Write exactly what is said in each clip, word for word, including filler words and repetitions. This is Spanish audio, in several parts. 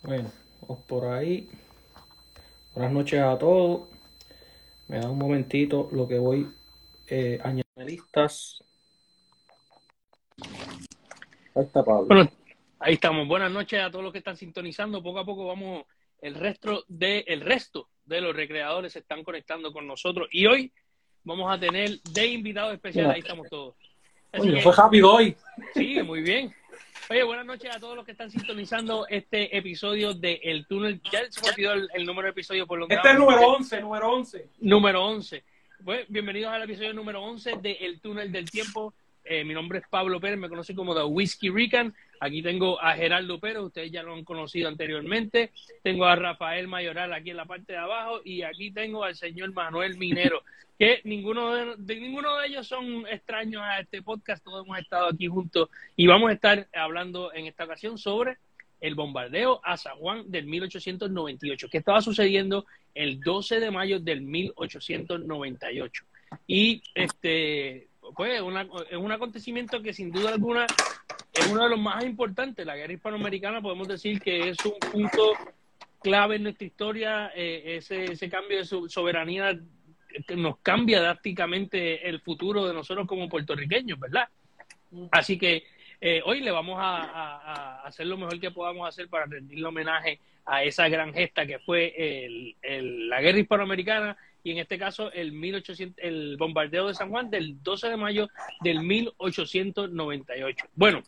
Bueno, vamos por ahí. Buenas noches a todos. Me da un momentito lo que voy eh, añadiendo listas. Ahí está Pablo. Bueno, ahí estamos. Buenas noches a todos los que están sintonizando. Poco a poco vamos, el resto de, el resto de los recreadores se están conectando con nosotros. Y hoy vamos a tener de invitados especiales. Ahí estamos todos. Así Coño, que, fue rápido hoy. sí, muy bien. Oye, buenas noches a todos los que están sintonizando este episodio de El Túnel. Ya se me olvidó el, el número de episodio por lo que Este es vamos. número once, número once. Número once. Pues, bienvenidos al episodio número once de El Túnel del Tiempo. Eh, mi nombre es Pablo Pérez, me conoce como The Whiskey Rican. Aquí tengo a Gerardo Pérez, ustedes ya lo han conocido anteriormente. Tengo a Rafael Mayoral aquí en la parte de abajo y aquí tengo al señor Manuel Minero, que ninguno de, de ninguno de ellos son extraños a este podcast. Todos hemos estado aquí juntos y vamos a estar hablando en esta ocasión sobre el bombardeo a San Juan del mil ochocientos noventa y ocho, que estaba sucediendo el doce de mayo del mil ochocientos noventa y ocho. Y este, pues una, es un acontecimiento que sin duda alguna es uno de los más importantes. La guerra hispanoamericana podemos decir que es un punto clave en nuestra historia, eh, ese, ese cambio de soberanía que nos cambia drásticamente el futuro de nosotros como puertorriqueños, ¿verdad? Así que eh, hoy le vamos a, a, a hacer lo mejor que podamos hacer para rendirle homenaje a esa gran gesta que fue el, el, la guerra hispanoamericana y en este caso el, mil ochocientos, el bombardeo de San Juan del doce de mayo del mil ochocientos noventa y ocho. Bueno,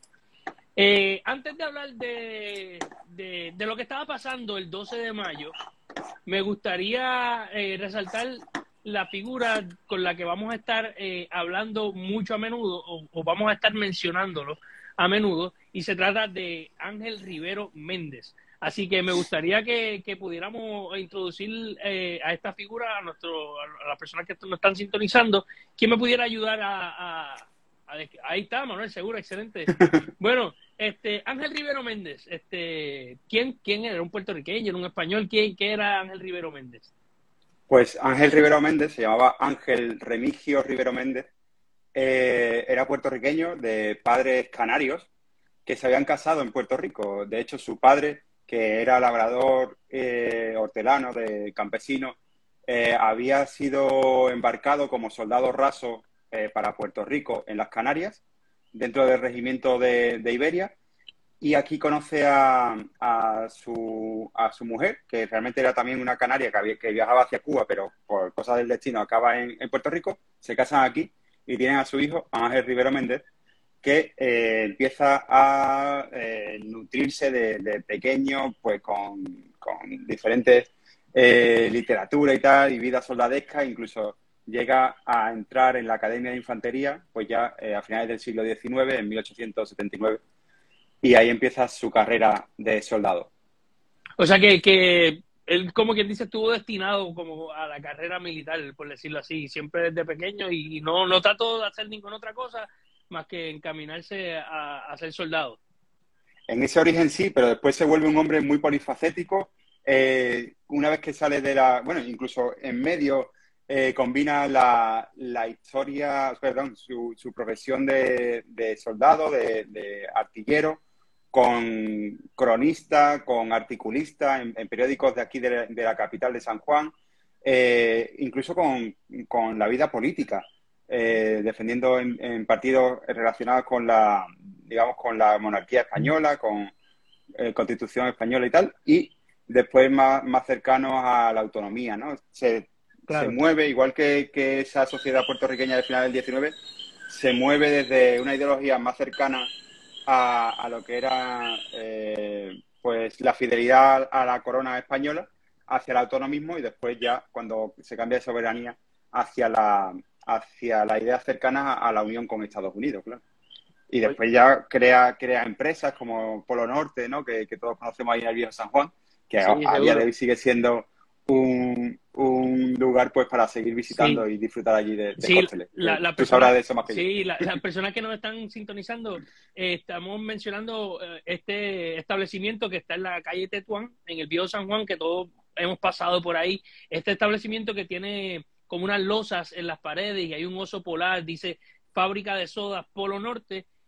eh, antes de hablar de, de, de lo que estaba pasando el doce de mayo, me gustaría eh, resaltar la figura con la que vamos a estar eh, hablando mucho a menudo o, o vamos a estar mencionándolo a menudo, y se trata de Ángel Rivero Méndez. Así que me gustaría que, que pudiéramos introducir eh, a esta figura a, nuestro, a las personas que nos están sintonizando. ¿Quién me pudiera ayudar a, a, a, ahí está, Manuel, seguro, excelente. Bueno, este Ángel Rivero Méndez, este, ¿quién, quién era? ¿Un puertorriqueño, era un español? ¿Quién, ¿Qué era Ángel Rivero Méndez? Pues Ángel Rivero Méndez, se llamaba Ángel Remigio Rivero Méndez, eh, era puertorriqueño de padres canarios que se habían casado en Puerto Rico. De hecho, su padre, que era labrador eh, hortelano, de campesino, eh, había sido embarcado como soldado raso eh, para Puerto Rico en las Canarias, dentro del regimiento de, de Iberia. Y aquí conoce a, a, su, a su mujer, que realmente era también una canaria que, había, que viajaba hacia Cuba, pero por cosas del destino acaba en, en Puerto Rico. Se casan aquí y tienen a su hijo, Ángel Rivero Méndez, que eh, empieza a eh, nutrirse de, de pequeño, pues con, con diferentes eh, literatura y tal, y vida soldadesca. Incluso llega a entrar en la Academia de Infantería, pues ya eh, a finales del siglo diecinueve, en mil ochocientos setenta y nueve. Y ahí empieza su carrera de soldado. O sea que, que él, como quien dice, estuvo destinado como a la carrera militar, por decirlo así, siempre desde pequeño, y no, no trató de hacer ninguna otra cosa más que encaminarse a, a ser soldado. En ese origen sí, pero después se vuelve un hombre muy polifacético. Eh, una vez que sale de la... Bueno, incluso en medio eh, combina la, la historia, perdón, su, su profesión de, de soldado, de, de artillero, con cronista, con articulista en, en periódicos de aquí de, de la capital de San Juan, eh, incluso con, con la vida política, eh, defendiendo en, en partidos relacionados con la, digamos, con la monarquía española, con eh, Constitución española y tal, y después más, más cercanos a la autonomía, ¿no? Se, se Claro. mueve, igual que, que esa sociedad puertorriqueña del final del diecinueve, se mueve desde una ideología más cercana a, a lo que era eh, pues la fidelidad a la corona española, hacia el autonomismo, y después ya cuando se cambia de soberanía hacia la hacia la idea cercana a la unión con Estados Unidos, claro. Y después ya crea, crea empresas como Polo Norte, ¿no? Que, que todos conocemos ahí en el viejo San Juan, que Sí, a, a día de seguro. hoy sigue siendo un, un lugar pues para seguir visitando Sí, y disfrutar allí de, de sí, cócteles. la, la Tú sabrás persona, de eso más que yo. sí, la, las personas que nos están sintonizando, eh, estamos mencionando eh, este establecimiento que está en la calle Tetuán, en el viejo San Juan, que todos hemos pasado por ahí. Este establecimiento que tiene como unas losas en las paredes y hay un oso polar, dice Fábrica de Sodas Polo Norte,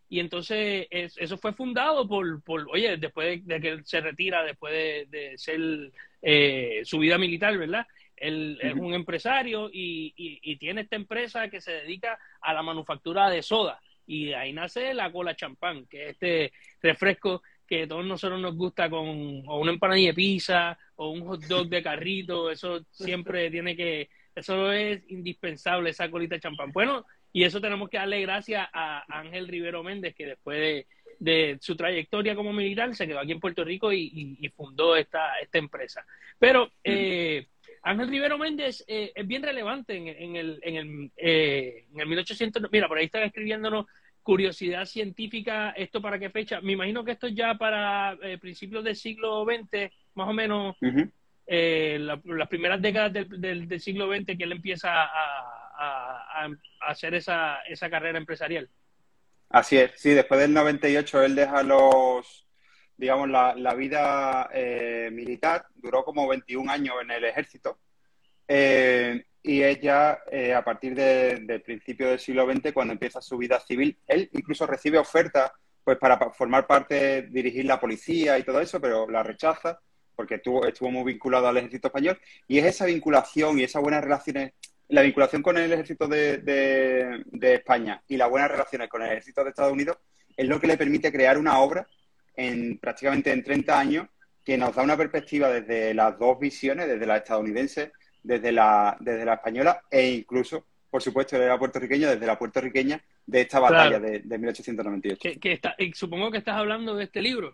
y entonces es, eso fue fundado por, por oye, después de, de que él se retira, después de, de ser eh, su vida militar, ¿verdad? Él uh-huh. es un empresario y, y, y tiene esta empresa que se dedica a la manufactura de soda, y de ahí nace la Cola Champán, que es este refresco que a todos nosotros nos gusta con o una empanadilla de pizza o un hot dog de carrito. Eso siempre tiene que, eso es indispensable, esa colita de champán. Bueno, y eso tenemos que darle gracias a Ángel Rivero Méndez, que después de, de su trayectoria como militar se quedó aquí en Puerto Rico y, y, y fundó esta, esta empresa. Pero eh, Ángel Rivero Méndez eh, es bien relevante en, en el, en el, eh, en el mil ochocientos, mira, por ahí están escribiéndonos curiosidad científica. ¿Esto para qué fecha? Me imagino que esto es ya para eh, principios del siglo veinte, más o menos, uh-huh. eh, la, las primeras décadas del, del, del siglo veinte, que él empieza a, a, a, a hacer esa, esa carrera empresarial. Así es, sí, después del noventa y ocho él deja los, digamos, la, la vida eh, militar, duró como veintiún años en el ejército, eh, y ella, eh, a partir de, del principio del siglo veinte, cuando empieza su vida civil, él incluso recibe ofertas pues, para formar parte, dirigir la policía y todo eso, pero la rechaza porque estuvo, estuvo muy vinculado al ejército español, y es esa vinculación y esas buenas relaciones, la vinculación con el ejército de, de, de España y las buenas relaciones con el ejército de Estados Unidos es lo que le permite crear una obra en prácticamente en treinta años que nos da una perspectiva desde las dos visiones, desde la estadounidense, desde la, desde la española e incluso, por supuesto, de la puertorriqueña, desde la puertorriqueña de esta batalla claro. de, de mil ochocientos noventa y ocho. Que, que está, supongo que estás hablando de este libro.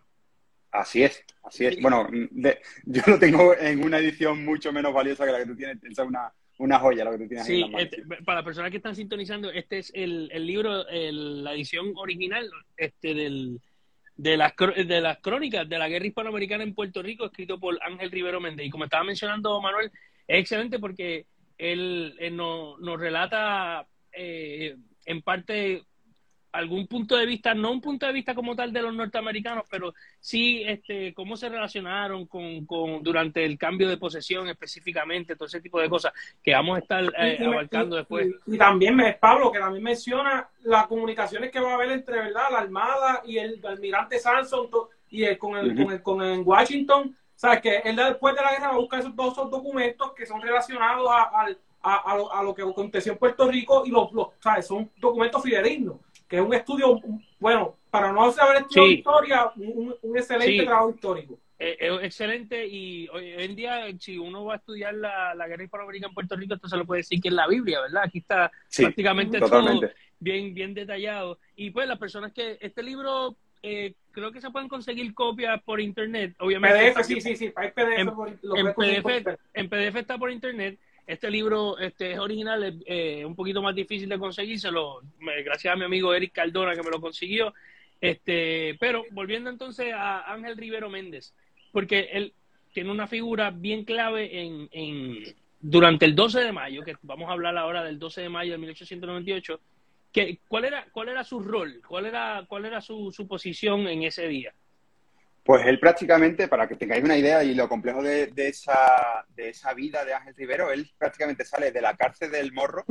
Así es, así es. Sí. Bueno, de, yo lo tengo en una edición mucho menos valiosa que la que tú tienes. Es una, una joya lo que tú tienes sí, ahí en las manos. Este, para las personas que están sintonizando, este es el, el libro, el, la edición original este del, de, las, de las crónicas de la guerra hispanoamericana en Puerto Rico, escrito por Ángel Rivero Méndez. Y como estaba mencionando Manuel, es excelente porque él, él nos, nos relata eh, en parte algún punto de vista, no un punto de vista como tal de los norteamericanos, pero sí este cómo se relacionaron con, con durante el cambio de posesión específicamente, todo ese tipo de cosas que vamos a estar eh, y, abarcando y, después. Y, y también, Pablo, que también menciona las comunicaciones que va a haber entre, ¿verdad?, la Armada y el almirante Sanson y el, con, el, uh-huh. con el con el Washington. O sea, que él después de la guerra va a buscar esos dos esos documentos que son relacionados a, a, a, a, lo, a lo que aconteció en Puerto Rico, y los, los ¿sabes?, son documentos fidedignos, que es un estudio, bueno, para no saber estudiar sí. historia, un, un excelente sí. trabajo histórico. Es eh, eh, excelente, y hoy en día, si uno va a estudiar la, la guerra hispanoamericana en Puerto Rico, esto se lo puede decir que es la Biblia, ¿verdad? Aquí está sí, prácticamente totalmente. todo bien, bien detallado. Y pues las personas que, este libro, eh, creo que se pueden conseguir copias por internet, obviamente. P D F, sí, sí, sí, hay P D F. En, por, lo en, P D F por en P D F está por internet. Este libro este, es original, es eh, un poquito más difícil de conseguírselo, gracias a mi amigo Eric Cardona que me lo consiguió. Este, pero volviendo entonces a Ángel Rivero Méndez, porque él tiene una figura bien clave en, en durante el doce de mayo, que vamos a hablar ahora del doce de mayo de mil ochocientos noventa y ocho, que, ¿cuál era cuál era su rol? ¿Cuál era cuál era su, su posición en ese día? Pues él prácticamente, para que tengáis una idea y lo complejo de, de, esa, de esa vida de Ángel Rivero, él prácticamente sale de la cárcel del Morro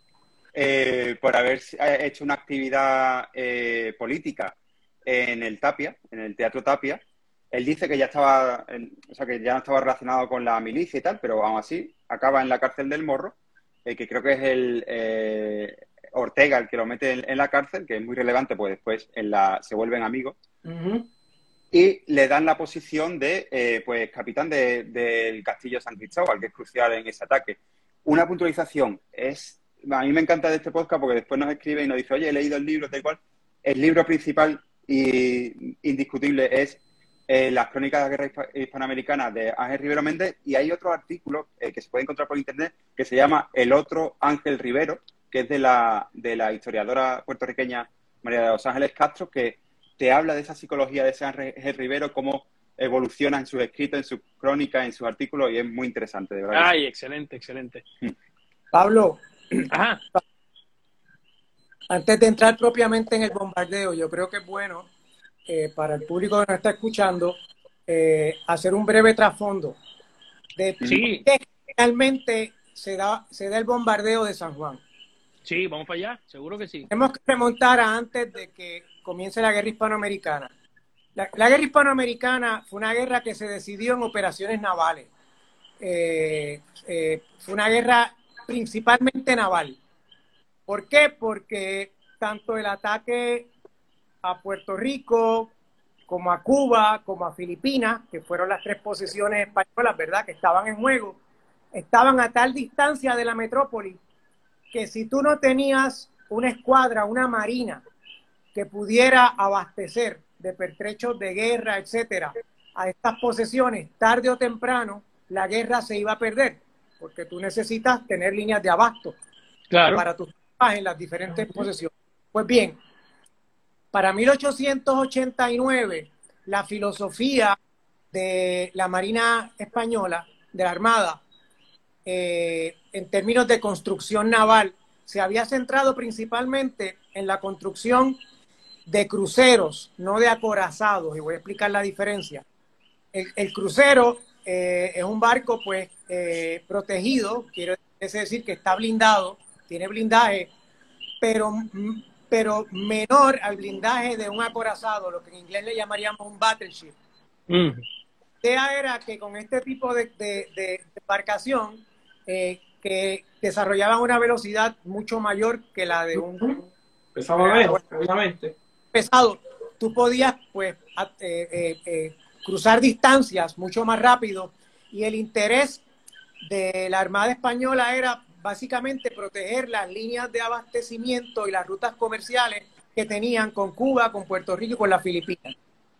eh, por haber hecho una actividad eh, política en el Tapia, en el Teatro Tapia. Él dice que ya estaba, en, o sea, que ya no estaba relacionado con la milicia y tal, pero aún así acaba en la cárcel del Morro, eh, que creo que es el eh, Ortega el que lo mete en, en la cárcel, que es muy relevante, pues después en la, se vuelven amigos. Uh-huh. Y le dan la posición de eh, pues capitán del de, Castillo de San Cristóbal, que es crucial en ese ataque. Una puntualización es, a mí me encanta de este podcast porque después nos escribe y nos dice, oye, he leído el libro, tal cual. El libro principal y indiscutible es eh, Las crónicas de la guerra hispanoamericana de Ángel Rivero Méndez, y hay otro artículo eh, que se puede encontrar por internet que se llama El otro Ángel Rivero, que es de la, de la historiadora puertorriqueña María de los Ángeles Castro, que te habla de esa psicología de ese Ángel Rivero, cómo evoluciona en sus escritos, en sus crónicas, en sus artículos, y es muy interesante, de verdad. Ay, excelente, excelente. Pablo, Ajá. Antes de entrar propiamente en el bombardeo, yo creo que es bueno eh, para el público que nos está escuchando eh, hacer un breve trasfondo de sí. por qué realmente se da, se da el bombardeo de San Juan. Sí, vamos para allá, seguro que sí. Tenemos que remontar a antes de que comienza la guerra hispanoamericana. La, la guerra hispanoamericana fue una guerra que se decidió en operaciones navales. Eh, eh, fue una guerra principalmente naval. ¿Por qué? Porque tanto el ataque a Puerto Rico, como a Cuba, como a Filipinas, que fueron las tres posesiones españolas, ¿verdad?, que estaban en juego, estaban a tal distancia de la metrópoli que si tú no tenías una escuadra, una marina que pudiera abastecer de pertrechos de guerra, etcétera, a estas posesiones, tarde o temprano, la guerra se iba a perder, porque tú necesitas tener líneas de abasto Claro. para tus tropas en las diferentes posesiones. Pues bien, para mil ochocientos ochenta y nueve, la filosofía de la Marina Española, de la Armada, eh, en términos de construcción naval, se había centrado principalmente en la construcción de cruceros, no de acorazados, y voy a explicar la diferencia. El, el crucero eh, es un barco pues eh, protegido, quiere decir que está blindado, tiene blindaje, pero, pero menor al blindaje de un acorazado, lo que en inglés le llamaríamos un battleship. Mm. La idea era que con este tipo de, de, de embarcación eh, que desarrollaban una velocidad mucho mayor que la de un Pesaba menos, obviamente. pesado, tú podías pues a, eh, eh, eh, cruzar distancias mucho más rápido, y el interés de la Armada Española era básicamente proteger las líneas de abastecimiento y las rutas comerciales que tenían con Cuba, con Puerto Rico y con las Filipinas.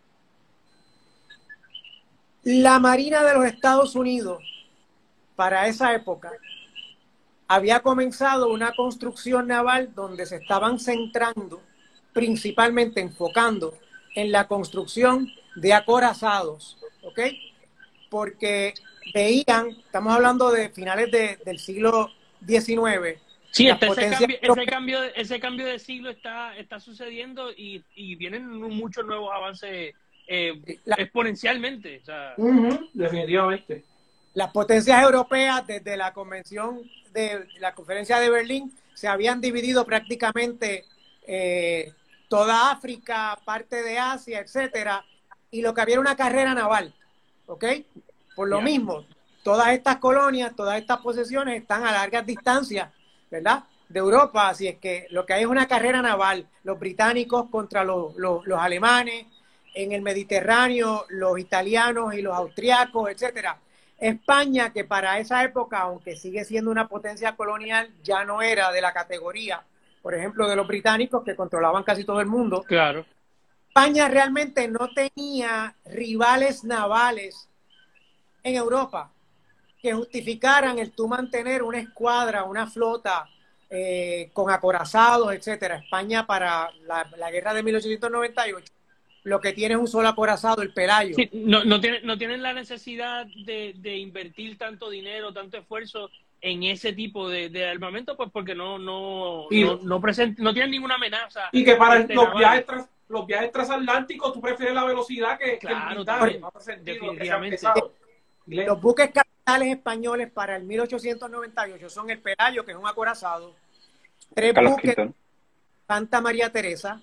La Marina de los Estados Unidos, para esa época, había comenzado una construcción naval donde se estaban centrando, principalmente enfocando en la construcción de acorazados, ¿ok? Porque veían, estamos hablando de finales de, del siglo diecinueve. Sí, las este, ese, potencias cambio, ese, europeas- cambio, de- ese cambio de siglo está, está sucediendo y, y vienen muchos nuevos avances eh, La- exponencialmente. O sea, Ujú, definitivamente. Las potencias europeas, desde la convención de la conferencia de Berlín, se habían dividido prácticamente eh, toda África, parte de Asia, etcétera, y lo que había era una carrera naval, ¿ok? Por lo Ya. mismo, todas estas colonias, todas estas posesiones están a largas distancias, ¿verdad?, de Europa, así es que lo que hay es una carrera naval, los británicos contra los, los, los alemanes, en el Mediterráneo, los italianos y los austriacos, etcétera. España, que para esa época, aunque sigue siendo una potencia colonial, ya no era de la categoría, por ejemplo, de los británicos, que controlaban casi todo el mundo. claro. España realmente no tenía rivales navales en Europa que justificaran el tú mantener una escuadra, una flota eh, con acorazados, etcétera. España, para la, la guerra de mil ochocientos noventa y ocho, lo que tiene es un solo acorazado, el Pelayo. Sí, no, no, tienen, no tienen la necesidad de, de invertir tanto dinero, tanto esfuerzo en ese tipo de, de armamento, pues porque no no Y- no, no, present, no tienen ninguna amenaza. Y que para este, los naval. viajes, tras, los viajes transatlánticos tú prefieres la velocidad que, Claro, que el blindaje. también, No hace sentido que sea definitivamente. pesado. Y le- Los buques capitales españoles para el mil ochocientos noventa y ocho son el Pelayo, que es un acorazado, tres Carlos buques Quinto. Santa María Teresa,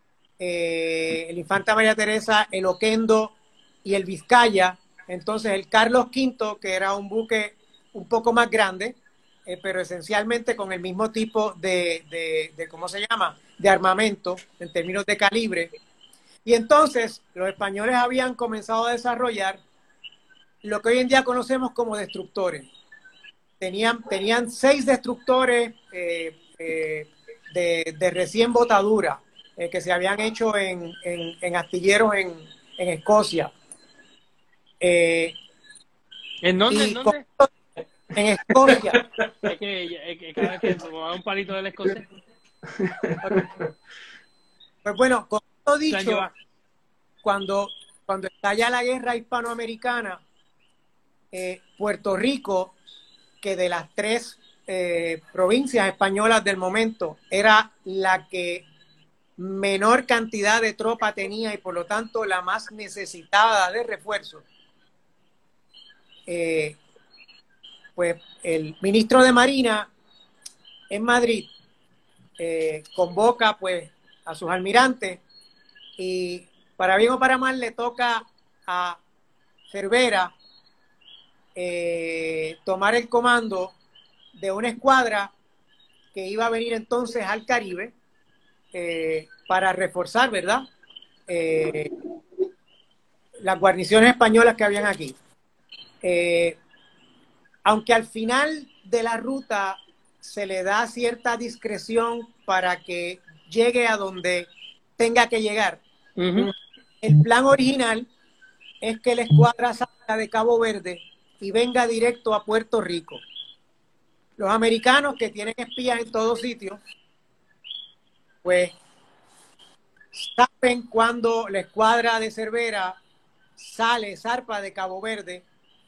eh, el Infanta María Teresa, el Oquendo y el Vizcaya. Entonces el Carlos Quinto, que era un buque un poco más grande, eh, pero esencialmente con el mismo tipo de, de, de, ¿cómo se llama?, de armamento en términos de calibre. Y entonces los españoles habían comenzado a desarrollar lo que hoy en día conocemos como destructores. Tenían, tenían seis destructores eh, eh, de, de recién botadura eh, que se habían hecho en, en, en astilleros en, en Escocia. Eh, ¿En dónde? y ¿En dónde? con- en Escocia. Es que, es que cada vez que me da un palito del escocés. Pues bueno, con esto San dicho, Joan. cuando, cuando estalla la guerra hispanoamericana, eh, Puerto Rico, que de las tres eh, provincias españolas del momento era la que menor cantidad de tropa tenía y por lo tanto la más necesitada de refuerzos, eh, pues el ministro de Marina en Madrid eh, convoca pues a sus almirantes y para bien o para mal le toca a Cervera eh, tomar el comando de una escuadra que iba a venir entonces al Caribe eh, para reforzar, ¿verdad? Eh, las guarniciones españolas que habían aquí. Eh, aunque al final de la ruta se le da cierta discreción para que llegue a donde tenga que llegar. Uh-huh. El plan original es que la escuadra salga de Cabo Verde y venga directo a Puerto Rico. Los americanos, que tienen espías en todos sitios, pues saben cuando la escuadra de Cervera sale, zarpa de Cabo Verde,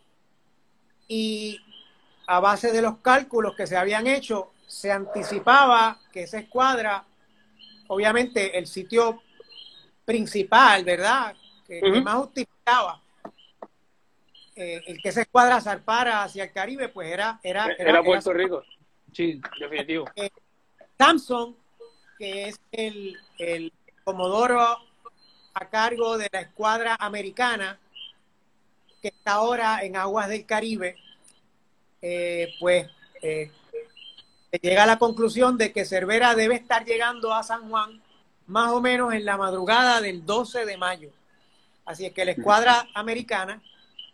y a base de los cálculos que se habían hecho, se anticipaba que esa escuadra, obviamente el sitio principal, ¿verdad?, que, uh-huh. que más justificaba eh, el que esa escuadra zarpara hacia el Caribe, pues era... Era, era, era Puerto era, Rico, sí, definitivo. Eh, Thompson, que es el, el comodoro a cargo de la escuadra americana, que está ahora en aguas del Caribe, eh, pues eh, llega a la conclusión de que Cervera debe estar llegando a San Juan más o menos en la madrugada del doce de mayo. Así es que la escuadra americana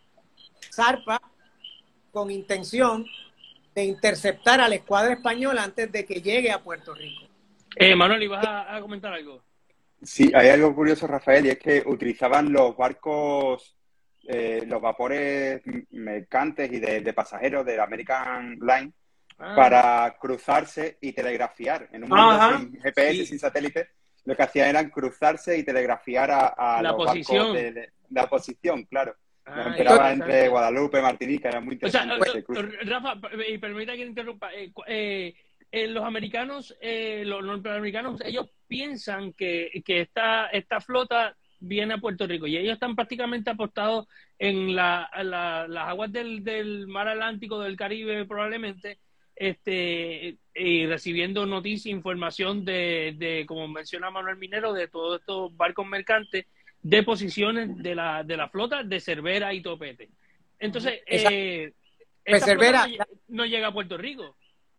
zarpa con intención de interceptar a la escuadra española antes de que llegue a Puerto Rico. Eh, Manuel, ¿ibas a, a comentar algo? Sí, hay algo curioso, Rafael, y es que utilizaban los barcos, eh, los vapores mercantes y de, de pasajeros del American Line ah. para cruzarse y telegrafiar. En un mundo Ajá. sin G P S, sí. sin satélite, lo que hacían era cruzarse y telegrafiar a, a la los posición. barcos de, de, de la posición, claro. Ah, esperaba entre Guadalupe, Martinica, era muy interesante. O sea, ese Rafa, y permita que interrumpa, eh, eh, eh, los americanos, eh, los norteamericanos, ellos piensan que, que esta, esta flota viene a Puerto Rico y ellos están prácticamente apostados en la, la, las aguas del, del mar Atlántico, del Caribe probablemente, este y recibiendo noticias, información de, de, como menciona Manuel Minero, de todos estos barcos mercantes, de posiciones de la, de la flota de Cervera y Topete. Entonces, eh, esta Cervera no, no llega a Puerto Rico.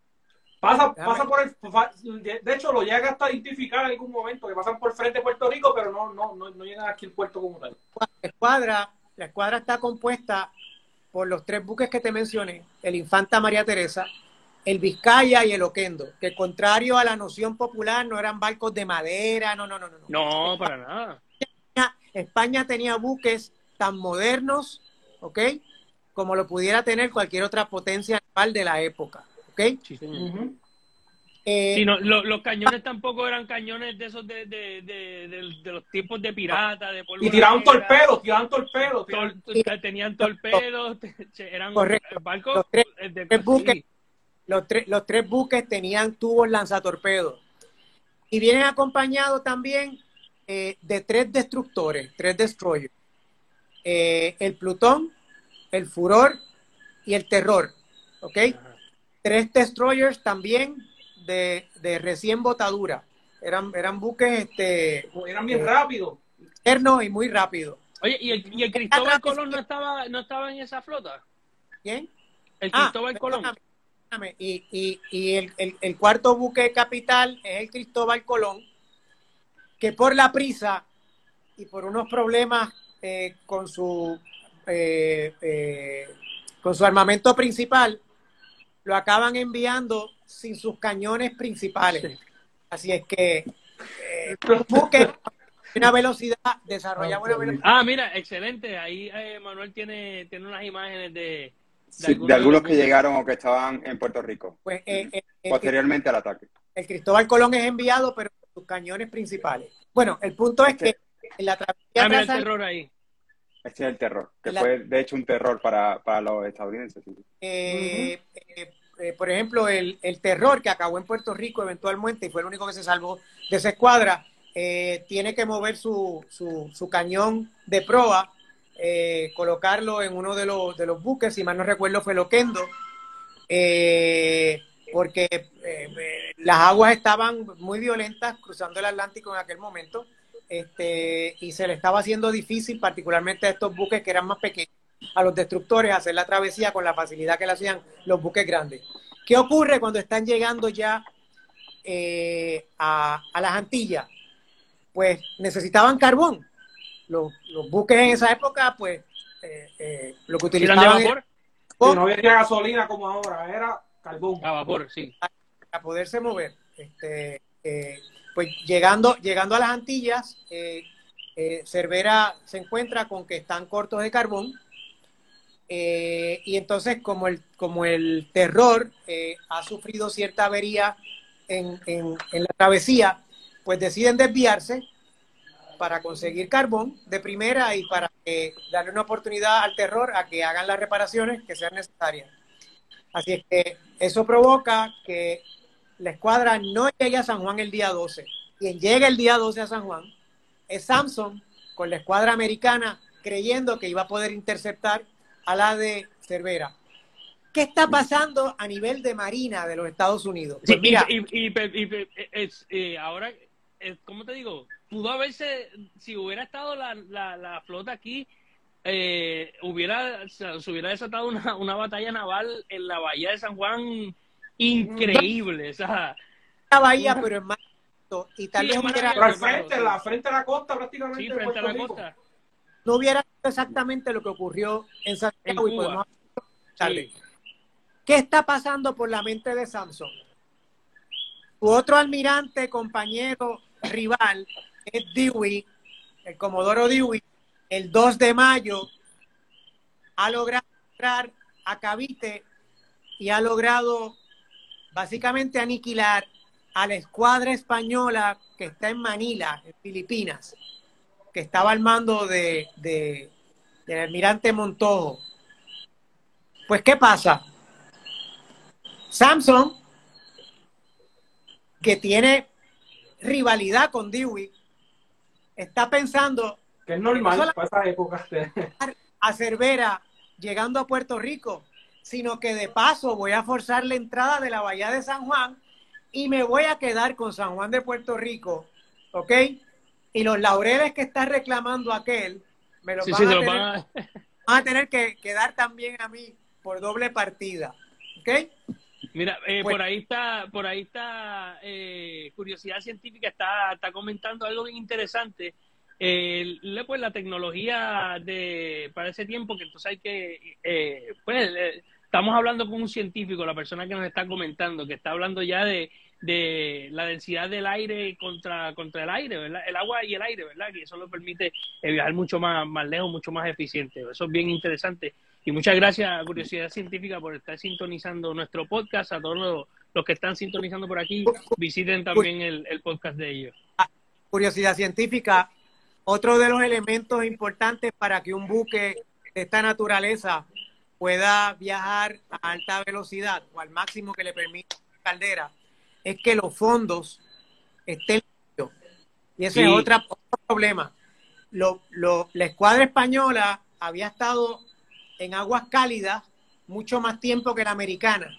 Pasa, pasa por el, de hecho lo llega hasta identificar en algún momento, que pasan por frente de Puerto Rico, pero no, no, no, no llegan aquí al puerto como tal. La escuadra, la escuadra está compuesta por los tres buques que te mencioné, el Infanta María Teresa, el Vizcaya y el Oquendo, que contrario a la noción popular no eran barcos de madera, no, no, no, no. No, no para nada. España tenía buques tan modernos, ¿ok?, como lo pudiera tener cualquier otra potencia naval de la época, ¿ok? Sí, señor. Uh-huh. eh, sí, no, lo, los cañones tampoco eran cañones de esos de, de, de, de, de los tiempos de pirata, de y tiraban torpedos, tiraban torpedos. Tiraban... Tor tenían torpedos, eran correcto. barcos los tres, de, tres buques, sí. los, tres, los tres buques tenían tubos lanzatorpedos y vienen acompañados también Eh, de tres destructores, tres destroyers, eh, el Plutón, el Furor y el Terror, ¿ok? Ajá. Tres destroyers también de, de recién botadura, eran, eran buques, este, eran bien eh, rápidos, externos y muy rápidos. Oye, ¿y el, y el Cristóbal Colón no estaba, no estaba en esa flota? ¿Quién? El Cristóbal ah, Colón. Perdóname, y, y, y el, el, el cuarto buque capital es el Cristóbal Colón, que por la prisa y por unos problemas eh, con su eh, eh, con su armamento principal, lo acaban enviando sin sus cañones principales. Sí. Así es que eh, los buques una velocidad, desarrolla buena velocidad. Ah, mira, excelente. Ahí eh, Manuel tiene, tiene unas imágenes de, de, sí, algunos, de algunos que llegaron o que estaban en Puerto Rico. Pues, eh, eh, posteriormente el, al ataque. El Cristóbal Colón es enviado, pero sus cañones principales. Bueno, el punto es que en la travesía ah, mira el terror ahí. Este es el terror, que la, fue de hecho un terror para, para los estadounidenses. Sí. Eh, uh-huh. eh, eh, por ejemplo, el, el terror que acabó en Puerto Rico eventualmente y fue el único que se salvó de esa escuadra, eh, tiene que mover su, su, su cañón de proa, eh, colocarlo en uno de los, de los buques, si mal no recuerdo fue el Oquendo, eh, porque eh, las aguas estaban muy violentas cruzando el Atlántico en aquel momento este, y se le estaba haciendo difícil, particularmente a estos buques que eran más pequeños, a los destructores, hacer la travesía con la facilidad que le hacían los buques grandes. ¿Qué ocurre cuando están llegando ya eh, a, a las Antillas? Pues necesitaban carbón. Los, los buques en esa época, pues, eh, eh, lo que utilizaban ¿Eran de vapor? Sí, no había gasolina como ahora, era carbón. A vapor, sí. Para poderse mover. Este, eh, pues llegando, llegando a las Antillas, eh, eh, Cervera se encuentra con que están cortos de carbón. Eh, y entonces, como el, como el Terror eh, ha sufrido cierta avería en, en, en la travesía, pues deciden desviarse para conseguir carbón de primera y para eh, darle una oportunidad al Terror a que hagan las reparaciones que sean necesarias. Así es que eso provoca que la escuadra no llegue a San Juan el día doce. Quien llega el día doce a San Juan es Sampson con la escuadra americana, creyendo que iba a poder interceptar a la de Cervera. ¿Qué está pasando a nivel de Marina de los Estados Unidos? Pues Sí, mira, y, y, y, y, y es, eh, ahora, eh, ¿cómo te digo? Pudo haberse, si hubiera estado la, la, la flota aquí, eh, hubiera, se hubiera desatado una, una batalla naval en la bahía de San Juan increíble. O sea, la bahía, pero es más alto, y tal Sí, vez es más hubiera, Pero al claro, frente, sí. la frente a la costa prácticamente sí, de frente a Puerto la Rico. costa, no hubiera sido exactamente lo que ocurrió en en Santiago y Cuba. podemos tarde. Sí. ¿Qué está pasando por la mente de Sampson? Su otro almirante, compañero, rival, es Dewey, el Comodoro Dewey, el dos de mayo, ha logrado entrar a Cavite y ha logrado básicamente aniquilar a la escuadra española que está en Manila, en Filipinas, que estaba al mando de, de, del almirante Montojo. Pues, ¿qué pasa? Sampson, que tiene rivalidad con Dewey, está pensando Que es normal no solo para esa época. a Cervera llegando a Puerto Rico, sino que de paso voy a forzar la entrada de la bahía de San Juan y me voy a quedar con San Juan de Puerto Rico, ¿ok? Y los laureles que está reclamando aquel, me los Sí, van, sí, a se lo tener, van a... van a tener que quedar también a mí por doble partida, ¿ok? Mira, eh, Pues- por ahí está, por ahí está eh, Curiosidad Científica está, está comentando algo bien interesante. Eh, le- pues la tecnología de para ese tiempo que entonces hay que eh, pues eh, estamos hablando con un científico, la persona que nos está comentando, que está hablando ya de, de la densidad del aire contra, contra el aire, ¿verdad? El agua y el aire, ¿verdad? Que eso lo permite eh, viajar mucho más, más lejos, mucho más eficiente. Eso es bien interesante. Y muchas gracias a Curiosidad Científica por estar sintonizando nuestro podcast. A todos los, los que están sintonizando por aquí, visiten también el, el podcast de ellos. Curiosidad científica, otro de los elementos importantes para que un buque de esta naturaleza pueda viajar a alta velocidad o al máximo que le permite la caldera es que los fondos estén limpios. Y ese Sí. es otra, otro problema. Lo, lo, la escuadra española había estado en aguas cálidas mucho más tiempo que la americana.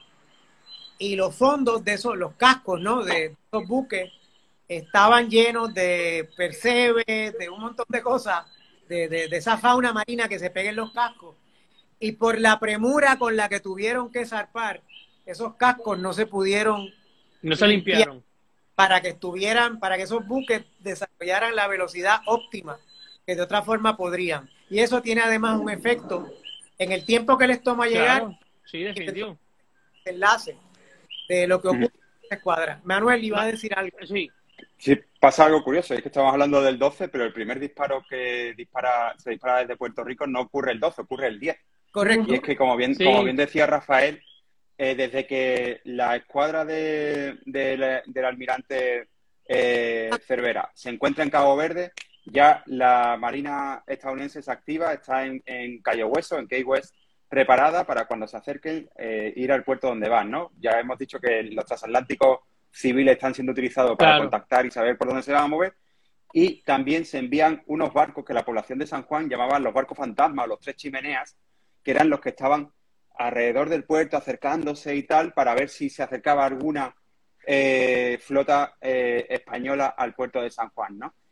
Y los fondos de esos, los cascos, ¿no? De esos buques estaban llenos de percebes, de un montón de cosas, de, de, de esa fauna marina que se pega en los cascos. Y por la premura con la que tuvieron que zarpar, esos cascos no se pudieron No se limpiaron. para que estuvieran, para que esos buques desarrollaran la velocidad óptima que de otra forma podrían. Y eso tiene además un efecto en el tiempo que les toma llegar, Claro, sí, definitivo. el enlace de lo que ocurre en la escuadra. Manuel, iba a decir algo. Sí, Sí, pasa algo curioso, es que estamos hablando del doce, pero el primer disparo que dispara, se dispara desde Puerto Rico no ocurre el doce, ocurre el diez. Correcto. Y es que, como bien, Sí. como bien decía Rafael, eh, desde que la escuadra de, de la- del almirante eh, Cervera se encuentra en Cabo Verde, ya la Marina estadounidense se activa, está en, en Cayo Hueso, en Key West, preparada para cuando se acerquen eh, ir al puerto donde van, ¿no? Ya hemos dicho que los transatlánticos civiles están siendo utilizados para Claro. contactar y saber por dónde se van a mover. Y también se envían unos barcos que la población de San Juan llamaban los barcos fantasma o los tres chimeneas, que eran los que estaban alrededor del puerto acercándose y tal, para ver si se acercaba alguna eh, flota eh, española al puerto de San Juan, ¿no?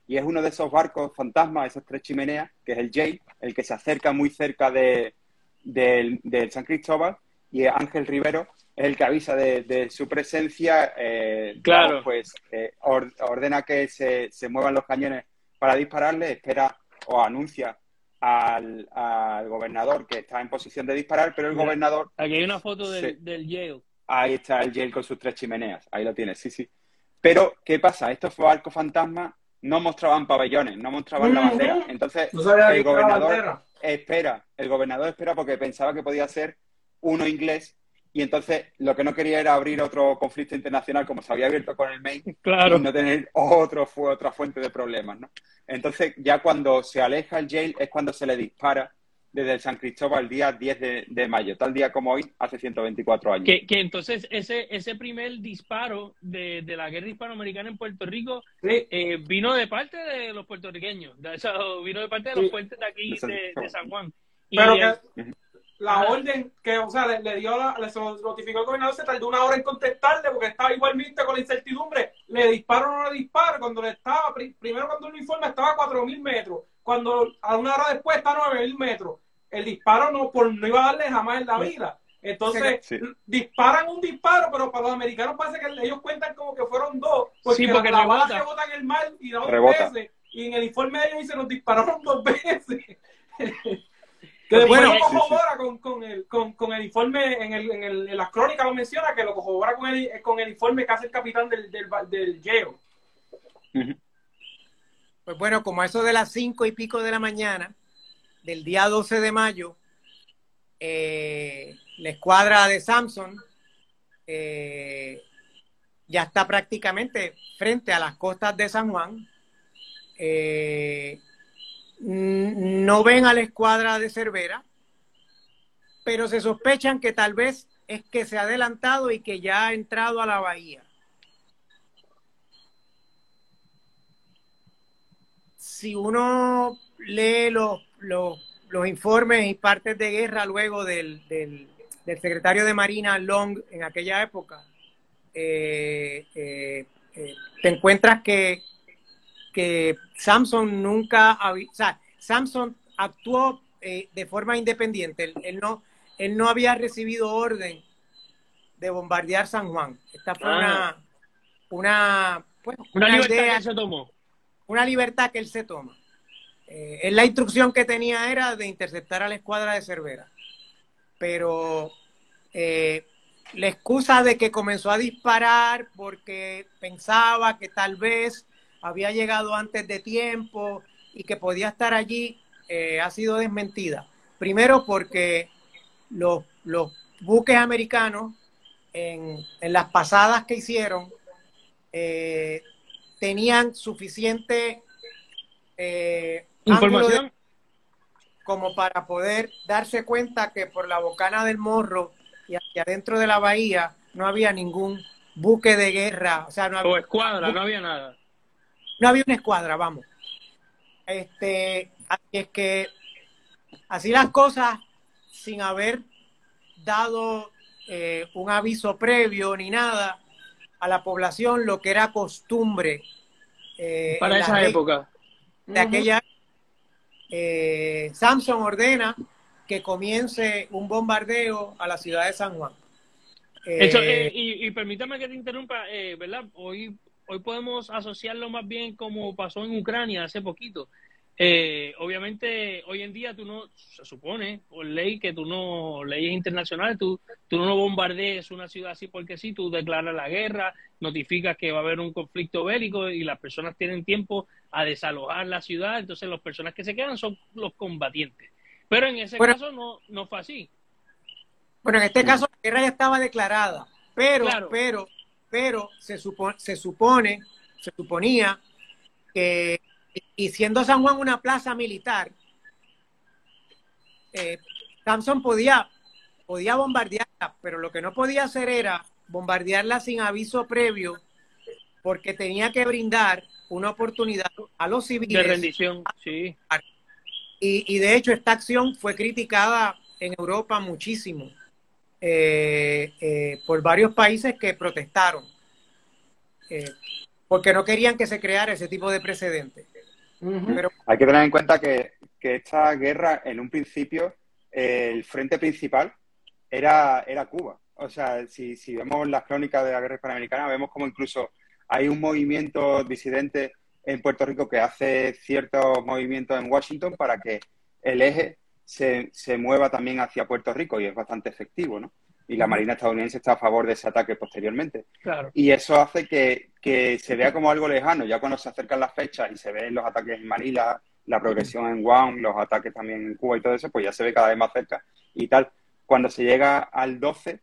y es uno de esos barcos fantasmas, esas tres chimeneas, que es el Yale, el que se acerca muy cerca de, del, del San Cristóbal, y Ángel Rivero es el que avisa de, de su presencia, eh, Claro. digamos, pues eh, or, ordena que se, se muevan los cañones para dispararle, espera o anuncia al, al gobernador que está en posición de disparar, pero el Mira, gobernador... Aquí hay una foto del, se, del Yale. Ahí está el Yale con sus tres chimeneas, ahí lo tienes, sí, sí. Pero, ¿qué pasa? Estos barcos fantasmas no mostraban pabellones, no mostraban la bandera. Entonces, ¿No sabía el que era la gobernador bandera? espera, el gobernador espera porque pensaba que podía ser uno inglés, y entonces lo que no quería era abrir otro conflicto internacional como se había abierto con el Maine, Claro. y no tener otro, fue otra fuente de problemas, ¿no? Entonces, ya cuando se aleja el Yale es cuando se le dispara desde el San Cristóbal el día diez de, de mayo, tal día como hoy, hace ciento veinticuatro años. Que, que entonces ese, ese primer disparo de, de la guerra hispanoamericana en Puerto Rico Sí. eh, vino de parte de los puertorriqueños, de, o sea, vino de parte de los Sí. fuertes de aquí De San de, Cristóbal. de San Juan. Y Pero el- que la Ajá. orden que, o sea, le, le dio la, le notificó el gobernador, se tardó una hora en contestarle porque estaba igualmente con la incertidumbre. Le disparo o no le disparo. Cuando le estaba, pri- primero cuando el uniforme estaba a cuatro mil metros, cuando a una hora después está a nueve mil metros. El disparo no, por, no iba a darle jamás en la vida. Entonces, Sí. disparan un disparo, pero para los americanos parece que ellos cuentan como que fueron dos, porque, Sí, porque la, la bala rebota. rebota en el mar y da dos Rebota. veces, y en el informe de ellos dice, nos dispararon dos veces. Que Pues después bueno, lo sí, sí. corrobora con, con, el, con, con el informe, en, el, en, el, en las crónicas lo menciona, que lo corrobora con el, con el informe que hace el capitán del, del, del Yale. Ujú. Pues bueno, como a eso de las cinco y pico de la mañana del día doce de mayo, eh, la escuadra de Samson eh, ya está prácticamente frente a las costas de San Juan. Eh, no ven a la escuadra de Cervera, pero se sospechan que tal vez es que se ha adelantado y que ya ha entrado a la bahía. Si uno lee los, los, los informes y partes de guerra luego del, del, del secretario de Marina Long en aquella época, eh, eh, eh, te encuentras que, que Samson nunca había, o sea, Samson actuó eh, de forma independiente. Él, él, no, él no había recibido orden de bombardear San Juan. Esta fue Ah. una, una, pues, una una libertad idea, que se tomó. una libertad que él se toma. Eh, él la instrucción que tenía era de interceptar a la escuadra de Cervera. Pero eh, la excusa de que comenzó a disparar porque pensaba que tal vez había llegado antes de tiempo y que podía estar allí eh, ha sido desmentida. Primero porque los, los buques americanos en, en las pasadas que hicieron eh, tenían suficiente eh, ángulo de, Información. como para poder darse cuenta que por la bocana del Morro y hacia adentro de la bahía no había ningún buque de guerra, o sea, no había, O escuadra, no había nada. no había una escuadra, vamos. Este, así es que así las cosas, sin haber dado eh, un aviso previo ni nada a la población, lo que era costumbre eh, Para en esa la regla época. de aquella, eh, Samson ordena que comience un bombardeo a la ciudad de San Juan. Eh, Eso, eh, y, y permítame que te interrumpa, eh, ¿verdad? Hoy, hoy podemos asociarlo más bien como pasó en Ucrania hace poquito. Eh, obviamente, hoy en día tú no, se supone, por ley, que tú no, leyes internacionales, tú, tú no bombardees una ciudad así porque sí, tú declaras la guerra, notificas que va a haber un conflicto bélico y las personas tienen tiempo a desalojar la ciudad, entonces las personas que se quedan son los combatientes. Pero en ese Bueno, caso no, no fue así. Bueno, en este caso la guerra ya estaba declarada, pero, Claro. pero, pero se supone, se supone, se suponía que, y siendo San Juan una plaza militar, eh, Samson podía, podía bombardearla, pero lo que no podía hacer era bombardearla sin aviso previo, porque tenía que brindar una oportunidad a los De civiles. rendición, sí. Y, y de hecho esta acción fue criticada en Europa muchísimo. Eh, eh, por varios países que protestaron eh, porque no querían que se creara ese tipo de precedente. Uh-huh. Pero, Hay que tener en cuenta que, que esta guerra, en un principio, eh, el frente principal era, era Cuba. O sea, si, si vemos las crónicas de la guerra hispanoamericana, vemos como incluso hay un movimiento disidente en Puerto Rico que hace ciertos movimientos en Washington para que el eje se, se mueva también hacia Puerto Rico, y es bastante efectivo, ¿no? Y la Marina estadounidense está a favor de ese ataque posteriormente. Claro. Y eso hace que, que se vea como algo lejano. Ya cuando se acercan las fechas y se ven los ataques en Manila, la progresión en Guam, los ataques también en Cuba y todo eso, pues ya se ve cada vez más cerca y tal. Cuando se llega al doce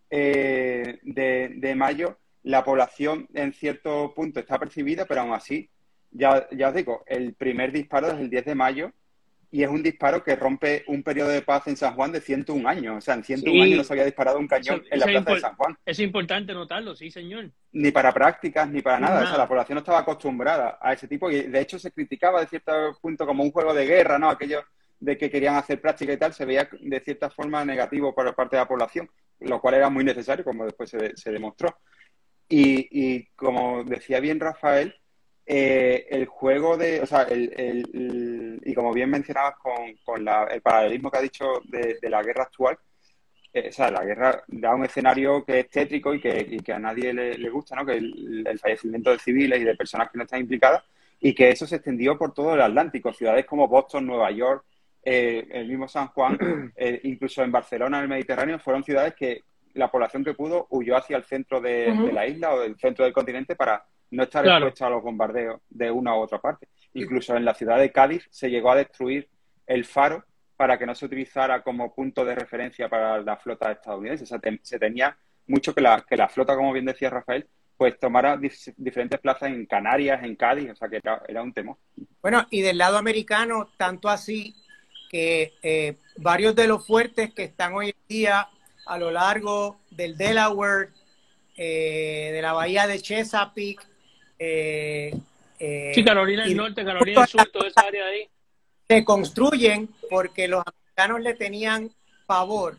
eh, de, de mayo, la población en cierto punto está percibida, pero aún así, ya, ya os digo, el primer disparo es el diez de mayo, y es un disparo que rompe un periodo de paz en San Juan de ciento un años. O sea, en ciento un Sí. años no se había disparado un cañón Eso- en la eso es plaza de impor- San Juan. Es importante notarlo, sí, señor. Ni para prácticas, ni para nada. Nada. O sea, la población no estaba acostumbrada a ese tipo, y de hecho se criticaba de cierto punto como un juego de guerra, ¿no? Aquello de que querían hacer práctica y tal, se veía de cierta forma negativo por parte de la población, lo cual era muy necesario, como después se, se demostró. Y, y como decía bien Rafael, eh, el juego de, o sea, el, el- el- y como bien mencionabas con, con la- el paralelismo que ha dicho de, de la guerra actual, eh, o sea, la guerra da un escenario que es tétrico y que, y que a nadie le, le gusta, ¿no? Que el, el fallecimiento de civiles y de personas que no están implicadas, y que eso se extendió por todo el Atlántico. Ciudades como Boston, Nueva York, eh, el mismo San Juan, eh, incluso en Barcelona, en el Mediterráneo, fueron ciudades que la población que pudo huyó hacia el centro de, Ujú. de la isla o del centro del continente para no estar Claro. expuesta a los bombardeos de una u otra parte. Incluso en la ciudad de Cádiz se llegó a destruir el faro para que no se utilizara como punto de referencia para la flota estadounidense. O sea, te- se tenía mucho que la, que la flota, como bien decía Rafael, pues tomara dif- diferentes plazas en Canarias, en Cádiz, o sea que era, era un temor. bueno, y del lado americano, tanto así que eh, varios de los fuertes que están hoy en día a lo largo del Delaware, eh, de la bahía de Chesapeake, eh, eh, Sí, Carolina y del Norte, Carolina del Sur, toda esa área de ahí. se construyen porque los americanos le tenían pavor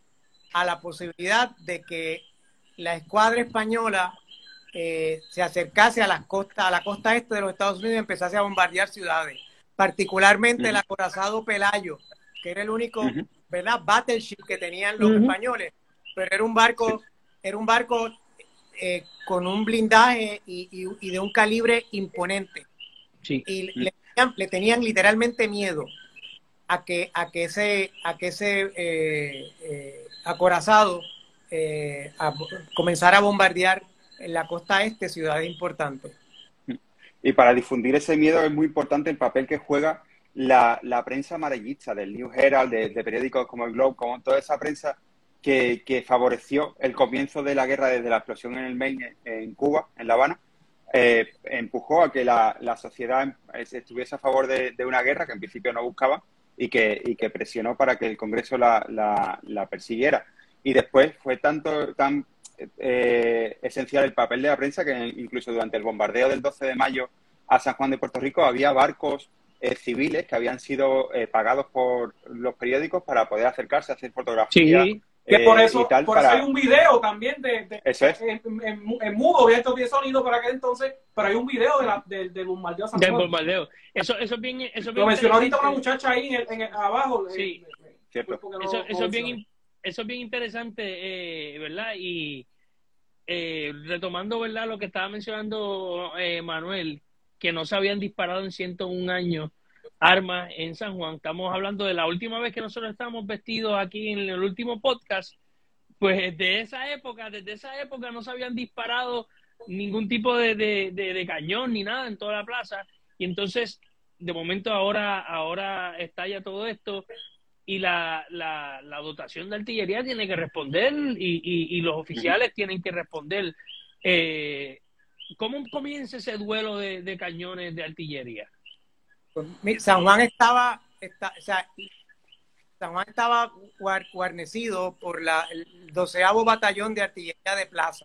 a la posibilidad de que la escuadra española eh, se acercase a las costas, a la costa este de los Estados Unidos y empezase a bombardear ciudades, particularmente el Ujú. acorazado Pelayo, que era el único, Ujú. ¿verdad?, battleship que tenían los Ujú. españoles, pero era un barco, era un barco eh, con un blindaje y, y- y de un calibre imponente, Sí. y le tenían, le tenían literalmente miedo a que, a que ese, a que ese eh, eh, acorazado eh, a- comenzara a bombardear en la costa este ciudades importantes. Y para difundir ese miedo es muy importante el papel que juega la, la prensa amarillista del New Herald, de, de periódicos como el Globe, como toda esa prensa que, que favoreció el comienzo de la guerra desde la explosión en el Maine, en Cuba, en La Habana, eh, empujó a que la, la sociedad estuviese a favor de, de una guerra que en principio no buscaba, y que, y que presionó para que el Congreso la, la, la persiguiera. Y después fue tanto tan eh, esencial el papel de la prensa que incluso durante el bombardeo del doce de mayo a San Juan de Puerto Rico había barcos eh, civiles que habían sido eh, pagados por los periódicos para poder acercarse a hacer fotografías. Sí. Que eh, por eso, y tal, por para... eso hay un video también de, de Eso es. en, en, en mudo, había estos diez sonidos para aquel entonces, pero hay un video de la, del, del bombardeo a San Del Juan. bombardeo. Eso, eso es bien, eso es bien Lo mencionó ahorita una interesante. muchacha ahí en, el- en el- abajo. Sí. eh, Cierto. porque no- Eso, no eso es bien, mencioné. in- eso es bien interesante, eh, ¿verdad? Y eh, retomando, ¿verdad? Lo que estaba mencionando eh, Manuel, que no se habían disparado en ciento un años armas en San Juan. Estamos hablando de la última vez que nosotros estábamos vestidos aquí en el último podcast. Pues de esa época, desde esa época no se habían disparado ningún tipo de, de, de, de cañón ni nada en toda la plaza. Y entonces, de momento ahora, ahora estalla todo esto y la, la, la dotación de artillería tiene que responder y, y, y los oficiales tienen que responder. Eh, ¿Cómo comienza ese duelo de, de cañones de artillería? Pues, mi- San Juan estaba, está, o sea, San Juan estaba guar- guarnecido por la, el doceavo Batallón de Artillería de Plaza.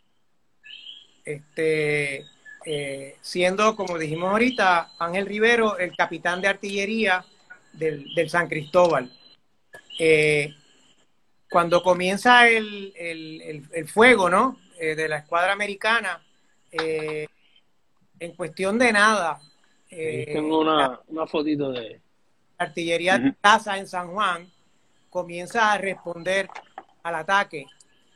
Este, eh, siendo, como dijimos ahorita, Ángel Rivero el capitán de artillería del, del San Cristóbal. Eh, cuando comienza el, el, el, el fuego, ¿no? Eh, de la escuadra americana, eh, en cuestión de nada, Eh, tengo una, la una fotito de... artillería de plaza en San Juan comienza a responder al ataque.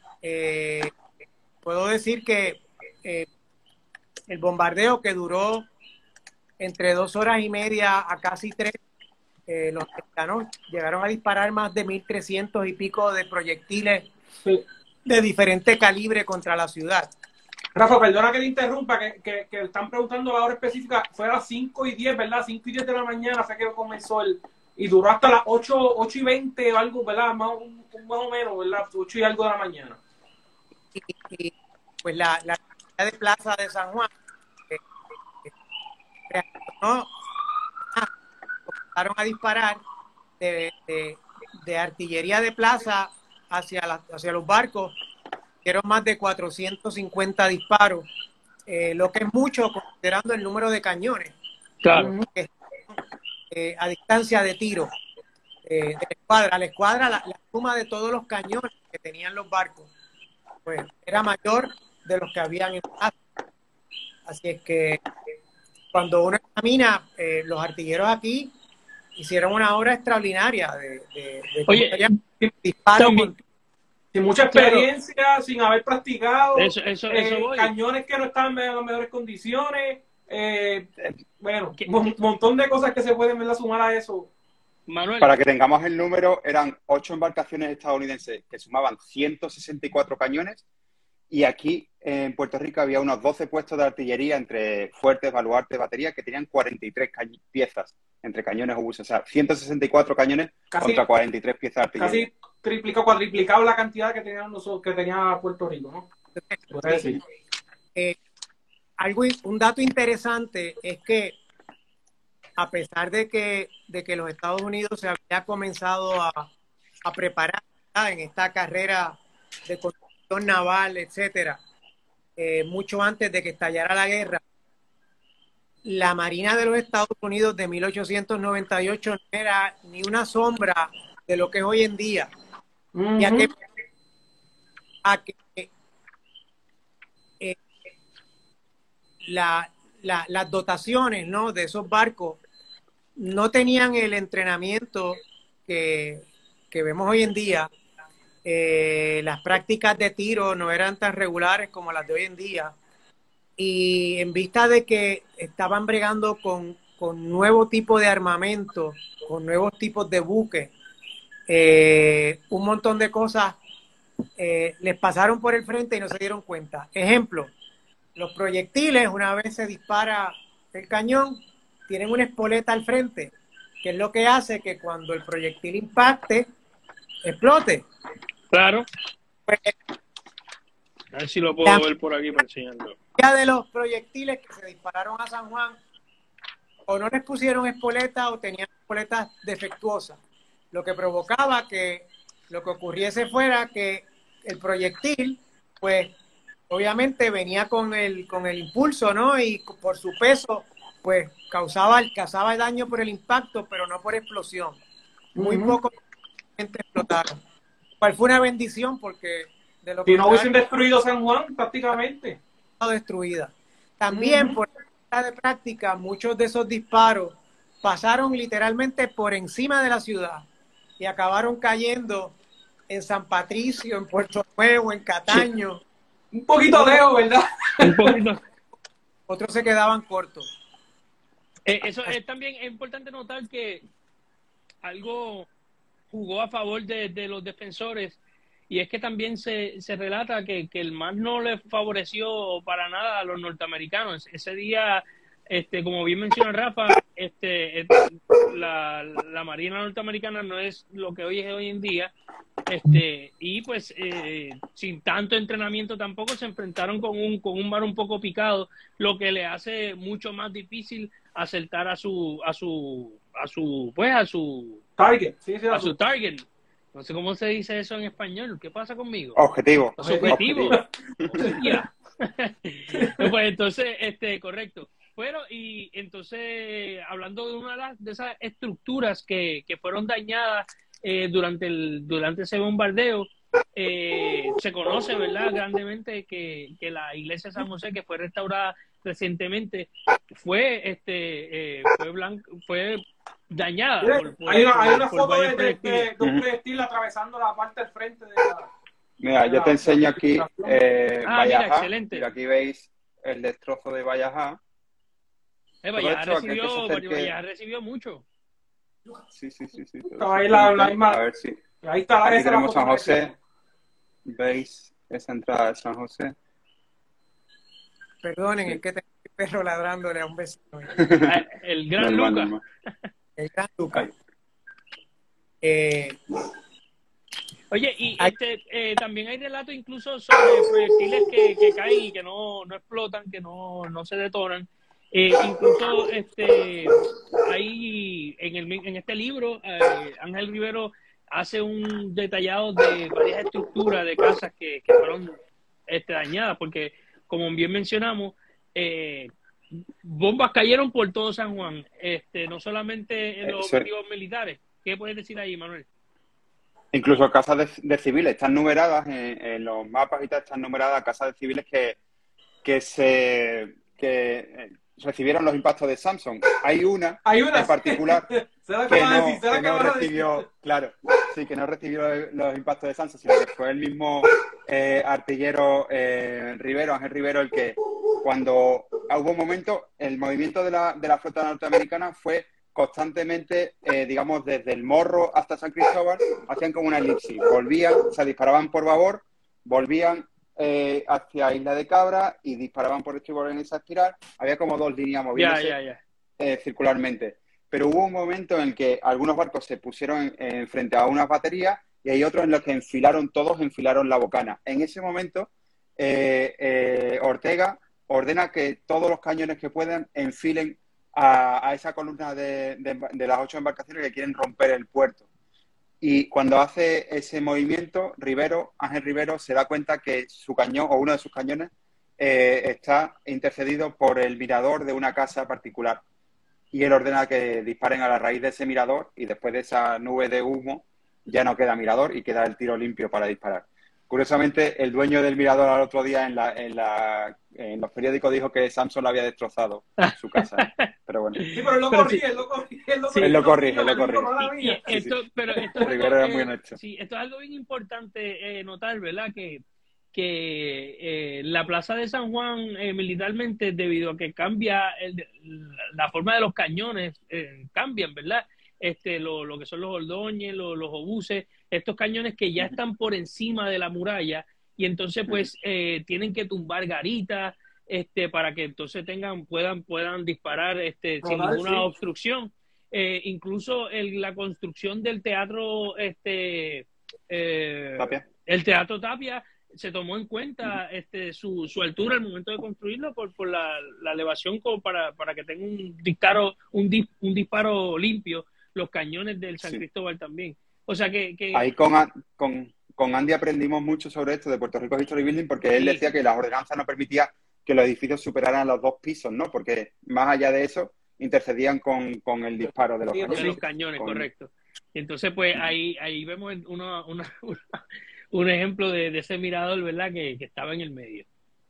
Eh, puedo decir que eh, el bombardeo que duró entre dos horas y media a casi tres, eh, los americanos llegaron a disparar más de mil trescientos y pico de proyectiles Sí. de diferente calibre contra la ciudad. Rafa, perdona que te interrumpa, que, que, que están preguntando la hora específica. Fue a las cinco y diez, ¿verdad? cinco y diez de la mañana fue que comenzó el... Y duró hasta las ocho, ocho y veinte o algo, ¿verdad? Más, más o menos, ¿verdad? ocho y algo de la mañana. Y, y pues la, la de plaza de San Juan eh, eh, reaccionó, comenzaron a disparar de, de, de artillería de plaza hacia, la, hacia los barcos. Hicieron más de cuatrocientos cincuenta disparos, eh, lo que es mucho considerando el número de cañones Claro. que están eh, a distancia de tiro eh, de la escuadra. La escuadra, la, la suma de todos los cañones que tenían los barcos, pues era mayor de los que habían en plaza. Así es que cuando uno examina, eh, los artilleros aquí hicieron una obra extraordinaria de, de, de Oye, disparos también, con Sin mucha experiencia, claro, sin haber practicado, eso, eso, eh, eso voy. cañones que no estaban en las mejores condiciones, eh, bueno, ¿Qué- un montón de cosas que se pueden, ¿verdad?, sumar a eso. Manuel, Para que tengamos el número, eran ocho embarcaciones estadounidenses que sumaban ciento sesenta y cuatro cañones, y aquí en Puerto Rico había unos doce puestos de artillería entre fuertes, baluartes, baterías, que tenían cuarenta y tres piezas entre cañones o buses. O sea, ciento sesenta y cuatro cañones Casi- contra cuarenta y tres piezas de artillería. Casi triplicado, cuadriplicado la cantidad que tenían nosotros, que tenía Puerto Rico, ¿no? Se puede decir. eh, algo, un dato interesante es que a pesar de que, de que los Estados Unidos se había comenzado a, a preparar, ¿verdad?, en esta carrera de construcción naval, etcétera, eh, mucho antes de que estallara la guerra, la Marina de los Estados Unidos de mil ochocientos noventa y ocho no era ni una sombra de lo que es hoy en día. Y a que, a que eh, la, la, las dotaciones, ¿no?, de esos barcos no tenían el entrenamiento que, que vemos hoy en día. Eh, las prácticas de tiro no eran tan regulares como las de hoy en día. Y en vista de que estaban bregando con, con nuevo tipo de armamento, con nuevos tipos de buques, eh, un montón de cosas eh, les pasaron por el frente y no se dieron cuenta. Ejemplo, los proyectiles, una vez se dispara el cañón, tienen una espoleta al frente, que es lo que hace que cuando el proyectil impacte, explote. claro. Pues, A ver si lo puedo La- ver por aquí para enseñarlo. ya de los proyectiles que se dispararon a San Juan, o no les pusieron espoleta o tenían espoletas defectuosas, lo que provocaba que lo que ocurriese fuera que el proyectil, pues, obviamente venía con el, con el impulso, ¿no? Y por su peso, pues, causaba, causaba daño por el impacto, pero no por explosión. Muy Ujú. pocos gente explotaron. Cual fue una bendición porque de lo Si no hubiesen contrario, destruido San Juan, prácticamente. destruida. También Ujú. por falta de práctica, muchos de esos disparos pasaron literalmente por encima de la ciudad y acabaron cayendo en San Patricio, en Puerto Nuevo, en Cataño. Un poquito lejos, ¿verdad? Un poquito. Otros se quedaban cortos. Eh, eso es también es importante notar que algo jugó a favor de, de los defensores, y es que también se, se relata que, que el mar no les favoreció para nada a los norteamericanos. Ese día, este, como bien menciona Rafa, este, la, la Marina norteamericana no es lo que hoy es hoy en día, este, y pues eh, sin tanto entrenamiento tampoco se enfrentaron con un, con un mar un poco picado, lo que le hace mucho más difícil acertar a su, a su, a su, pues a su Target. Sí, sí, a su target. No sé cómo se dice eso en español. ¿Qué pasa conmigo? Objetivo. A su objetivo. Objetivo. Hostia. No, pues entonces, este, correcto. Bueno, y entonces, hablando de una de, las, de esas estructuras que, que fueron dañadas eh, durante, el, durante ese bombardeo, eh, se conoce, ¿verdad?, grandemente que, que la iglesia de San José, que fue restaurada recientemente, fue este eh, fue blanco, fue dañada por, por, hay una, por, hay una por foto varios de, de, proyectiles. de, de un proyectil atravesando la parte del frente de la... Mira, yo te enseño aquí eh, Ah, mira, Vallajá. excelente. Mira, aquí veis el destrozo de Vallajá. Eh, Todo Vallajá esto, aquel que se recibió, acerque- Vallajá recibió mucho. Sí, sí, sí, sí. Estaba ahí la, la misma... A ver si. Ahí está la, Aquí esa es la tenemos foto San que José. decía. ¿Veis esa entrada de San José? Perdonen, Sí. es que tengo un perro ladrándole a un vecino. Ah, el gran Normal, Lucas. normal. El gran Lucas. Ahí. Eh, Oye, y Hay- este, eh, también hay relatos incluso sobre proyectiles que, que caen y que no, no explotan, que no, no se detonan. Eh, incluso este, hay en, el, en este libro, eh, Ángel Rivero hace un detallado de varias estructuras de casas que, que fueron este, dañadas, porque como bien mencionamos, eh, bombas cayeron por todo San Juan, este, no solamente en los Eso es. objetivos militares. ¿Qué puedes decir ahí, Manuel? Incluso casas de, de civiles están numeradas en, en los mapas y tal, están numeradas casas de civiles que, que se que eh, recibieron los impactos de Samsung. Hay una, Hay una en particular ¿será que que vas a no, decir? ¿Será que que no vas a decir? recibió, claro, sí, que no recibió los impactos de Samsung, sino que fue el mismo eh, artillero eh, Rivero, Ángel Rivero, el que cuando hubo un momento, el movimiento de la, de la flota norteamericana fue constantemente, eh, digamos, desde el Morro hasta San Cristóbal, hacían como una elipsis. Volvían, se disparaban por babor, volvían eh, hacia Isla de Cabra y disparaban por estribor en esa espiral. Había como dos líneas Ya, moviéndose ya, ya. eh, circularmente. Pero hubo un momento en el que algunos barcos se pusieron en, en frente a unas baterías y hay otros en los que enfilaron, todos enfilaron la bocana. En ese momento, eh, eh, Ortega ordena que todos los cañones que puedan enfilen a, a esa columna de, de, de las ocho embarcaciones que quieren romper el puerto. Y cuando hace ese movimiento, Rivero, Ángel Rivero se da cuenta que su cañón o uno de sus cañones eh, está intercedido por el mirador de una casa particular. Y él ordena que disparen a la raíz de ese mirador y después de esa nube de humo ya no queda mirador y queda el tiro limpio para disparar. Curiosamente, el dueño del mirador al otro día en, la, en, la, en los periódicos dijo que Samson lo había destrozado su casa. Pero bueno. Sí, pero él lo Pero corrige, sí. él lo corrige. Él lo Sí. corrige, Él lo corrige, no, él lo no, corrige. no, no, no, Y, y no, esto, sí. pero esto es algo, Rivero era muy eh, honesto. sí, esto es algo bien importante eh, notar, ¿verdad? Que, que eh, la plaza de San Juan eh, militarmente, debido a que cambia el- la forma de los cañones, eh, cambian, ¿verdad? Este, lo, lo que son los Ordóñez, lo- los obuses, estos cañones que ya están por encima de la muralla y entonces pues eh, tienen que tumbar garitas este, para que entonces tengan puedan puedan disparar este, sin Rodar, ninguna sí. obstrucción. Eh, incluso el, la construcción del teatro este eh, Tapia. el teatro Tapia se tomó en cuenta este su, su altura al momento de construirlo por, por la, la elevación como para, para que tenga un disparo un, dis, un disparo limpio, los cañones del San Sí. Cristóbal también. O sea que, que Ahí con, con, con Andy aprendimos mucho sobre esto de Puerto Rico History Building porque él Sí. decía que las ordenanzas no permitían que los edificios superaran los dos pisos, ¿no? Porque más allá de eso intercedían con, con el disparo de los Sí, de cañones. los cañones, Con- correcto. Entonces, pues ahí ahí vemos una, una, una- un ejemplo de, de ese mirador, ¿verdad? Que, que estaba en el medio.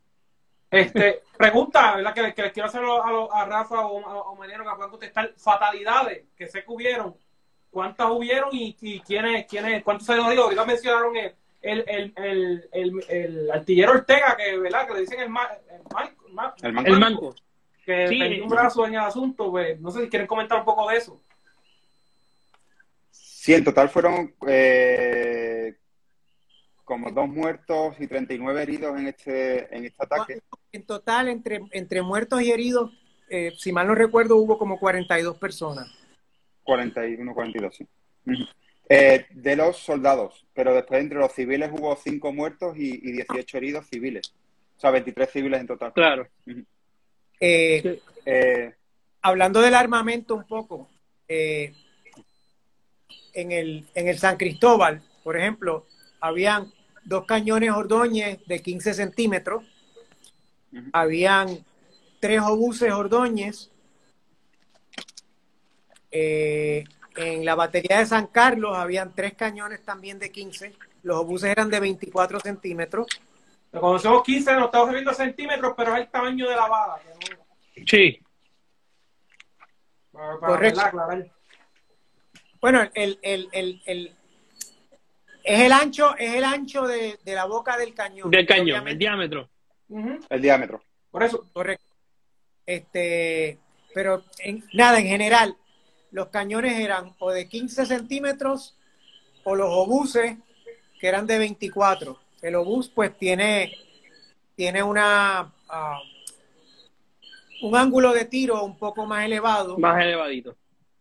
Este, pregunta, ¿verdad? Que, que les quiero hacer a, a, a Rafa o a, a Mariano que puedan contestar. Fatalidades que sé que hubieron. ¿Cuántas hubieron y, y quiénes, quiénes, cuántos se lo digo? Ahorita mencionaron el, el, el, el, el, el artillero Ortega, que, ¿verdad? Que le dicen el, ma, el, ma, ma, El manco. El manco. que Sí, perdió eh. un brazo en el asunto. Pues, no sé si quieren comentar un poco de eso. Sí, en total fueron eh, como dos muertos y treinta y nueve heridos en este, en este ataque. En total, entre, entre muertos y heridos, eh, si mal no recuerdo, hubo como cuarenta y dos personas. cuarenta y uno, cuarenta y dos, sí. Ujú. Eh, de los soldados, pero después entre los civiles hubo cinco muertos y, y dieciocho heridos civiles. O sea, veintitrés civiles en total. Claro. Ujú. Eh, Sí. Eh, Hablando del armamento un poco, eh, en, el, en el San Cristóbal, por ejemplo, habían dos cañones Ordóñez de quince centímetros, Ujú. habían tres obuses Ordóñez, eh, En la batería de San Carlos habían tres cañones también de quince. Los obuses eran de veinticuatro centímetros. Cuando somos quince nos estamos refiriendo a centímetros, pero es el tamaño de la bala. Que no... Sí. Para, para Correcto. aclarar. Bueno, el, el, el, el, es el ancho, es el ancho de, de la boca del cañón. Del cañón, Obviamente. el diámetro. Uh-huh. El diámetro. Por eso. Correcto. Este, pero en, nada, en general, los cañones eran o de quince centímetros o los obuses que eran de veinticuatro. El obús pues tiene, tiene una uh, un ángulo de tiro un poco más elevado. Más elevadito.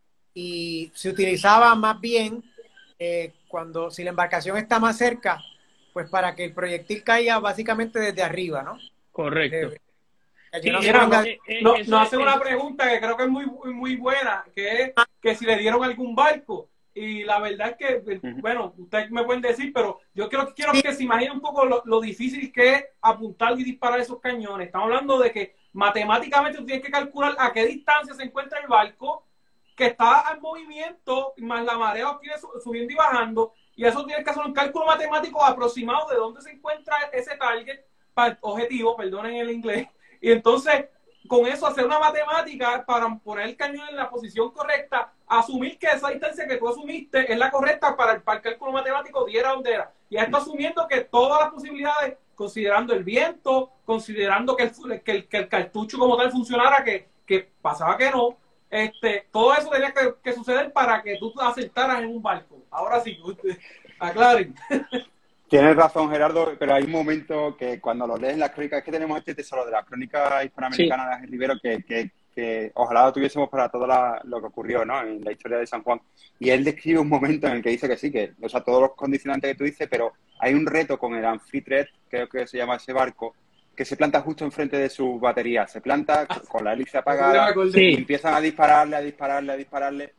Y se utilizaba más bien eh, cuando, si la embarcación está más cerca, pues para que el proyectil caiga básicamente desde arriba, ¿no? Correcto. Eh, allí Sí, no se mira, ponga- no, eh, eh, no- eso nos es- hacen una eso- pregunta que creo que es muy, muy buena, que es que si le dieron algún barco. Y la verdad es que, Ujú. bueno, ustedes me pueden decir, pero yo quiero, quiero que se imaginen un poco lo, lo difícil que es apuntar y disparar esos cañones. Estamos hablando de que matemáticamente tú tienes que calcular a qué distancia se encuentra el barco, que está en movimiento, más la marea tiene subiendo y bajando, y eso tienes que hacer un cálculo matemático aproximado de dónde se encuentra ese target, para, objetivo, perdonen el inglés, y entonces con eso hacer una matemática para poner el cañón en la posición correcta, asumir que esa distancia que tú asumiste es la correcta para el, para el cálculo matemático diera donde era. Y esto asumiendo que todas las posibilidades, considerando el viento, considerando que el, que el, que el cartucho como tal funcionara, que, que pasaba que no, este, todo eso tenía que, que suceder para que tú acertaras en un barco. Ahora sí, usted, aclaren. Tienes razón, Gerardo, pero hay un momento que cuando lo lees en las crónicas, es que tenemos este tesoro de la crónica hispanoamericana de Ángel Rivero que, que, que ojalá lo tuviésemos para todo la, lo que ocurrió, ¿no?, en la historia de San Juan. Y él describe un momento en el que dice que sí, que, o sea, todos los condicionantes que tú dices, pero hay un reto con el Amphitred, creo que se llama ese barco, que se planta justo enfrente de su batería. Se planta con la hélice apagada Sí. y empiezan a dispararle, a dispararle, a dispararle.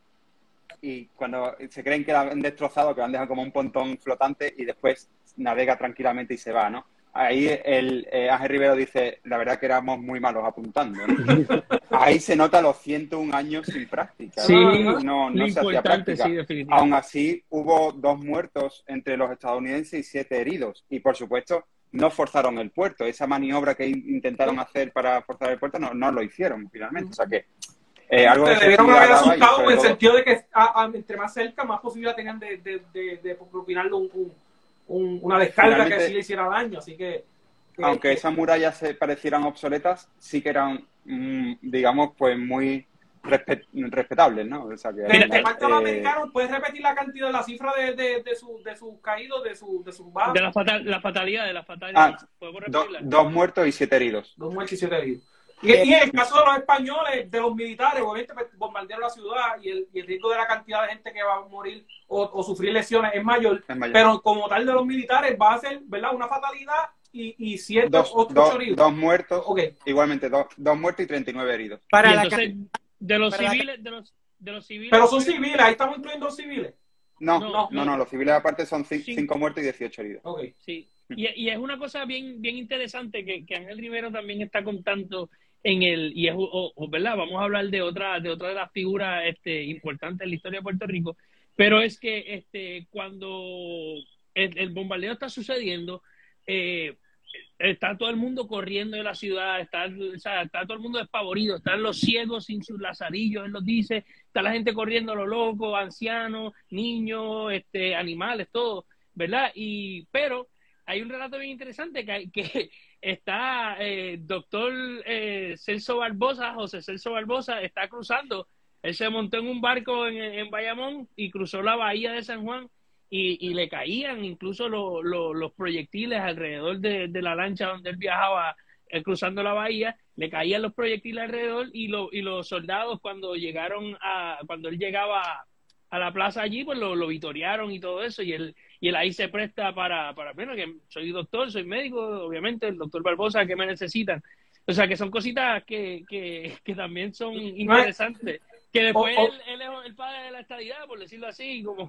Y cuando se creen que la han destrozado, que lo han dejado como un pontón flotante y después navega tranquilamente y se va, ¿no? Ahí el eh, Ángel Rivero dice, la verdad que éramos muy malos apuntando, ¿no? Ahí se nota los ciento un años sin práctica. Sí, ¿no? No, lo no se hacía importante, práctica. sí, definitivamente. Aún así, hubo dos muertos entre los estadounidenses y siete heridos. Y, por supuesto, no forzaron el puerto. Esa maniobra que intentaron hacer para forzar el puerto no, no lo hicieron finalmente. O sea que eh, algo de Se debieron haber efectividad daba y, asustado sobre en el todo, sentido de que a, a, entre más cerca, más posibilidad tenían de, de, de, de propinarle un, un, un, una descarga Finalmente, que sí le hiciera daño. Así que, que aunque que, esas murallas se parecieran obsoletas, sí que eran, mmm, digamos, pues muy respet respetables, ¿no? O sea que, de, de parte de los eh, americanos, ¿puedes repetir la cantidad, la cifra de, de, de, su, de sus caídos, de, su, de sus bajas? De la, fatal, la fatalidad, de la fatalidad. Ah, ¿Podemos do, repetirla? dos muertos y siete heridos. Dos muertos y siete heridos. Y, y en el caso de los españoles, de los militares, obviamente pues, bombardearon la ciudad y el, y el riesgo de la cantidad de gente que va a morir o, o sufrir lesiones es mayor, Es mayor. pero como tal de los militares va a ser, ¿verdad?, una fatalidad y, y siete, Dos, ocho dos, heridos. dos muertos, Okay. igualmente, dos, dos muertos y treinta y nueve heridos. Para Y la entonces, de los para la- civiles, de los, de los civiles. Pero son civiles, ahí estamos incluyendo los civiles. No, No, no, no, no. los civiles aparte son ci- Sí. cinco muertos y dieciocho heridos. Okay. Sí, y, y es una cosa bien, bien interesante que, que Ángel Rivero también está contando en el, y es, o, o, ¿verdad? Vamos a hablar de otra, de otra de las figuras este, importantes en la historia de Puerto Rico, pero es que este, cuando el, el bombardeo está sucediendo, eh, está todo el mundo corriendo de la ciudad, está, o sea, está todo el mundo despavorido, están los ciegos sin sus lazarillos, él los dice, está la gente corriendo a lo loco, ancianos, niños, este, animales, todo, ¿verdad? Y, pero hay un relato bien interesante que, hay, que está eh, doctor eh, Celso Barbosa, José Celso Barbosa, está cruzando, él se montó en un barco en, en Bayamón y cruzó la bahía de San Juan y, y le caían incluso lo, lo, los proyectiles alrededor de, de la lancha donde él viajaba eh, cruzando la bahía, le caían los proyectiles alrededor y, lo, y los soldados cuando llegaron a, cuando él llegaba a la plaza allí, pues lo, lo vitorearon y todo eso, y él, y él ahí se presta para, para, bueno, que soy doctor, soy médico, obviamente, el doctor Barbosa, que me necesitan. O sea, que son cositas que, que, que también son interesantes. Que después O- o- él, él es el padre de la estadidad, por decirlo así, como...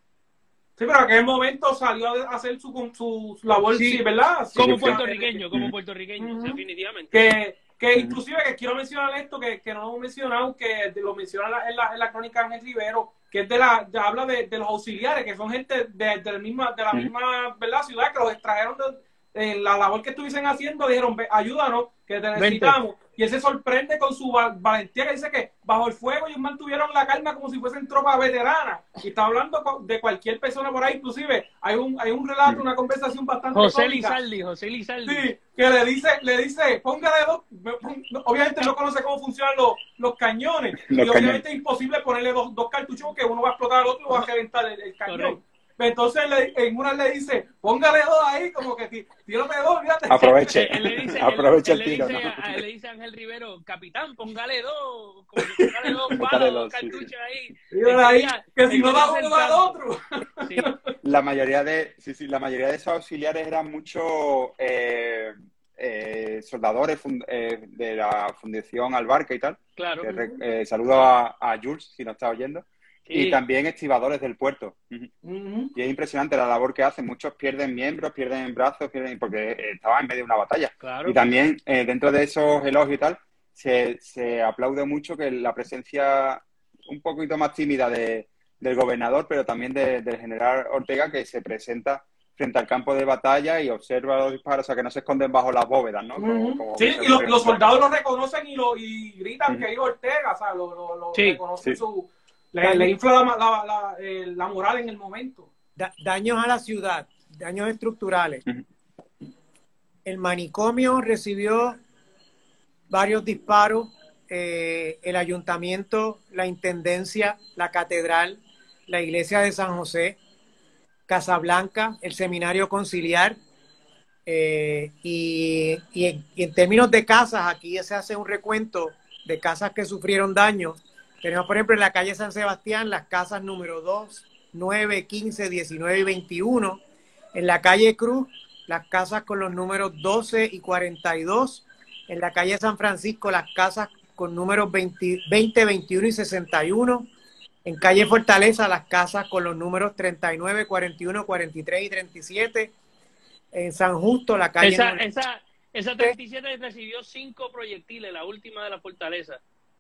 Sí, pero en aquel momento salió a hacer su, su, su labor, Sí, sí, ¿verdad? Sí, como sí. puertorriqueño, como Ujú. puertorriqueño, Ujú. definitivamente. Que, que Ujú. inclusive que quiero mencionar esto, que, que no hemos mencionado, que lo menciona en la, en la, en la crónica Ángel Rivero, que es de la, ya habla de, de los auxiliares, que son gente de, de la misma, de la misma, ¿verdad?, ciudad, que los extrajeron de en la labor que estuviesen haciendo, dijeron, ayúdanos, que te necesitamos. Vente. Y él se sorprende con su valentía, que dice que bajo el fuego ellos mantuvieron la calma como si fuesen tropas veteranas. Y está hablando de cualquier persona por ahí, inclusive hay un, hay un relato, una conversación bastante José cómica. Lizaldi, José Lizaldi. Sí, que le dice, le dice, póngale dos, obviamente no conoce cómo funcionan los, los cañones, los y cañones. Obviamente es imposible ponerle dos, dos cartuchos porque uno va a explotar al otro y lo va a reventar el, el cañón. Correcto. Entonces le, en una le dice, póngale dos ahí, como que tírame dos, fíjate. Aproveche, él le dice, aproveche él, el tiro. Él le, dice, ¿no? a, él le dice a Ángel Rivero, capitán, póngale dos, como que póngale dos palos, dos cartuchos sí, ahí. ahí que si no da uno, da el otro. Sí. La mayoría de, sí, sí, la mayoría de esos auxiliares eran muchos eh, eh, soldadores fund, eh, de la Fundación Albarca y tal. Claro. Que, eh, saludo a, a Jules, si nos está oyendo. Sí. Y también estibadores del puerto. Uh-huh. Uh-huh. Y es impresionante la labor que hacen. Muchos pierden miembros, pierden brazos, pierden porque eh, estaban en medio de una batalla. Claro. Y también eh, dentro de esos elogios y tal, se, se aplaude mucho que la presencia un poquito más tímida de, del gobernador, pero también de, del general Ortega, que se presenta frente al campo de batalla y observa los disparos, o sea, que no se esconden bajo las bóvedas, ¿no? Como, uh-huh. como sí, y lo, los soldados lo reconocen y, lo, y gritan uh-huh. que es Ortega, o sea, lo, lo, lo sí. reconocen sí. su... Le, le infla la, la, la, eh, la moral en el momento. Da, daños a la ciudad, daños estructurales. Uh-huh. El manicomio recibió varios disparos, eh, el ayuntamiento, la intendencia, la catedral, la iglesia de San José, Casablanca, el seminario conciliar, eh, y, y, en, y en términos de casas, aquí se hace un recuento de casas que sufrieron daño. Tenemos, por ejemplo, en la calle San Sebastián, las casas número dos, nueve, quince, diecinueve y veintiuno. En la calle Cruz, las casas con los números doce y cuarenta y dos. En la calle San Francisco, las casas con números veinte, veinte, veintiuno y sesenta y uno. En calle Fortaleza, las casas con los números treinta y nueve, cuarenta y uno, cuarenta y tres y treinta y siete. En San Justo, la calle... Esa, esa, esa treinta y siete recibió cinco proyectiles, la última de la Fortaleza.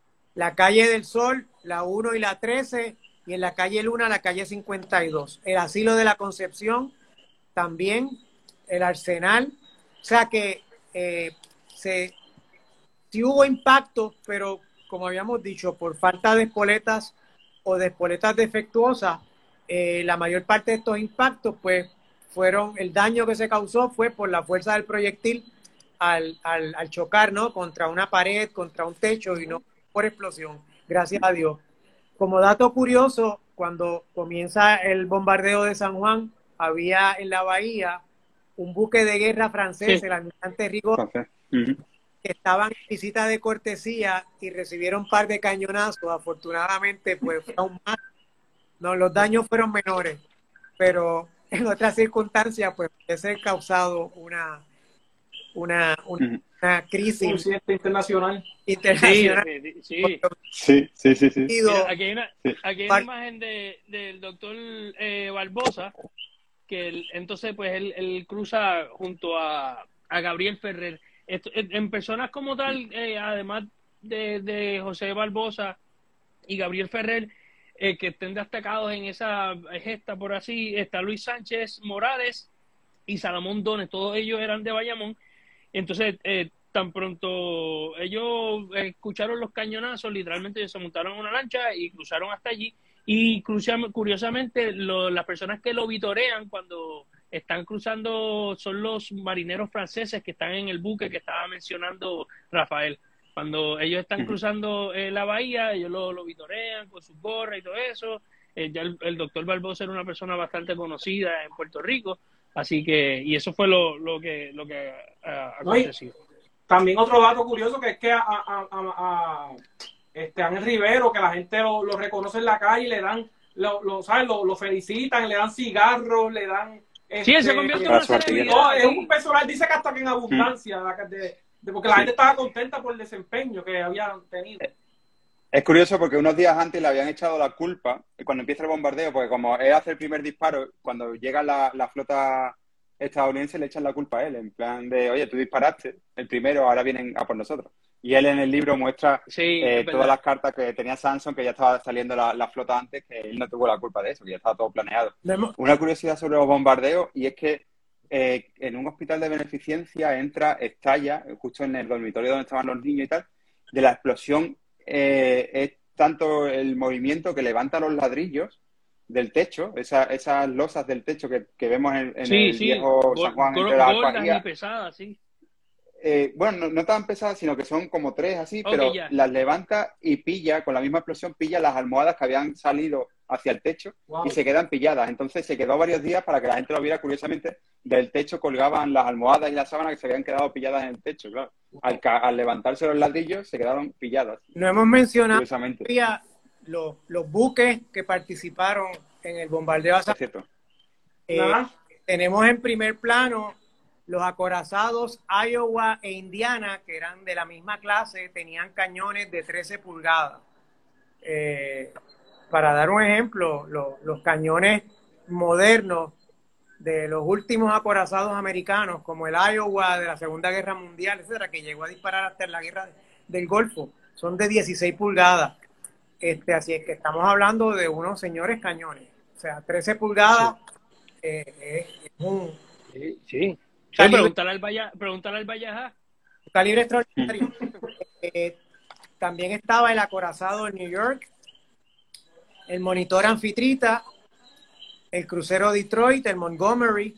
La calle del Sol, la uno y la trece, y en la calle Luna, la calle cincuenta y dos. El asilo de la Concepción, también, el Arsenal. O sea que eh, se, sí hubo impacto, pero como habíamos dicho, por falta de espoletas o de espoletas defectuosas, eh, la mayor parte de estos impactos, pues, fueron, el daño que se causó fue por la fuerza del proyectil al, al, al chocar, ¿no? Contra una pared, contra un techo y no por explosión, gracias a Dios. Como dato curioso, cuando comienza el bombardeo de San Juan, había en la bahía un buque de guerra francés, sí. el almirante Rigaud, okay. uh-huh. que estaban en visita de cortesía y recibieron un par de cañonazos. Afortunadamente, pues fue aún más. No, los daños fueron menores, pero en otras circunstancias, pues puede ser causado una, una, una uh-huh. una crisis internacional. internacional. Sí, sí, sí. sí, sí, sí. Mira, aquí hay una, aquí hay una imagen de, del doctor eh, Barbosa, que él, entonces pues él, él cruza junto a, a Gabriel Ferrer. Esto, en personas como tal, eh, además de, de José Barbosa y Gabriel Ferrer, eh, que estén destacados en esa gesta por así, está Luis Sánchez Morales y Salomón Dones, todos ellos eran de Bayamón. Entonces, eh, tan pronto ellos escucharon los cañonazos, literalmente ellos se montaron en una lancha y cruzaron hasta allí. Y curiosamente, lo, las personas que lo vitorean cuando están cruzando son los marineros franceses que están en el buque que estaba mencionando Rafael. Cuando ellos están cruzando eh, la bahía, ellos lo, lo vitorean con sus gorras y todo eso. Eh, ya el, el doctor Barbosa era una persona bastante conocida en Puerto Rico. Así que, y eso fue lo, lo que lo que uh, aconteció. No, también otro dato curioso que es que a, a, a, a este Ángel Rivero, que la gente lo, lo reconoce en la calle, le dan, lo, lo, ¿sabes? Lo, lo felicitan, le dan cigarros, le dan... Este, sí, él se convierte en una celebridad. No, es un personal, dice que hasta que en abundancia, mm. de, de, porque la sí. gente estaba contenta por el desempeño que habían tenido. Es curioso porque unos días antes le habían echado la culpa, cuando empieza el bombardeo, porque como él hace el primer disparo, cuando llega la, la flota estadounidense le echan la culpa a él, en plan de, oye, tú disparaste el primero, ahora vienen a por nosotros. Y él en el libro muestra Sí, eh, es todas verdad. las cartas que tenía Samson, que ya estaba saliendo la, la flota antes, que él no tuvo la culpa de eso, que ya estaba todo planeado. No hemos- Una curiosidad sobre los bombardeos, y es que eh, en un hospital de beneficencia entra, estalla, justo en el dormitorio donde estaban los niños y tal, de la explosión eh, es tanto el movimiento que levanta los ladrillos del techo, esa, esas losas del techo que, que vemos en, en Sí, el sí, viejo gor- San Juan gor- entre las gordas y alfajías. pesadas, sí. Eh, bueno, no, no tan pesadas, sino que son como tres así, Ok, pero ya. las levanta y pilla, con la misma explosión, pilla las almohadas que habían salido hacia el techo Wow. y se quedan pilladas. Entonces se quedó varios días para que la gente lo viera. Curiosamente, del techo colgaban las almohadas y las sábanas que se habían quedado pilladas en el techo, claro. Al, ca- al levantarse los ladrillos se quedaron pilladas, no hemos mencionado curiosamente. todavía los, los buques que participaron en el bombardeo a San Es cierto. Eh, Nada. tenemos en primer plano los acorazados Iowa e Indiana, que eran de la misma clase, tenían cañones de trece pulgadas. Eh, para dar un ejemplo, lo- los cañones modernos de los últimos acorazados americanos, como el Iowa de la Segunda Guerra Mundial, etcétera, que llegó a disparar hasta en la guerra del Golfo, son de dieciséis pulgadas. Este, así es que estamos hablando de unos señores cañones. O sea, trece pulgadas eh, es un Sí, sí. Sí, Calibre- preguntarle al Valla, preguntarle al Vallajá. calibre extraordinario. Eh, también estaba el acorazado de New York, el monitor Anfitrita, el crucero Detroit, el Montgomery.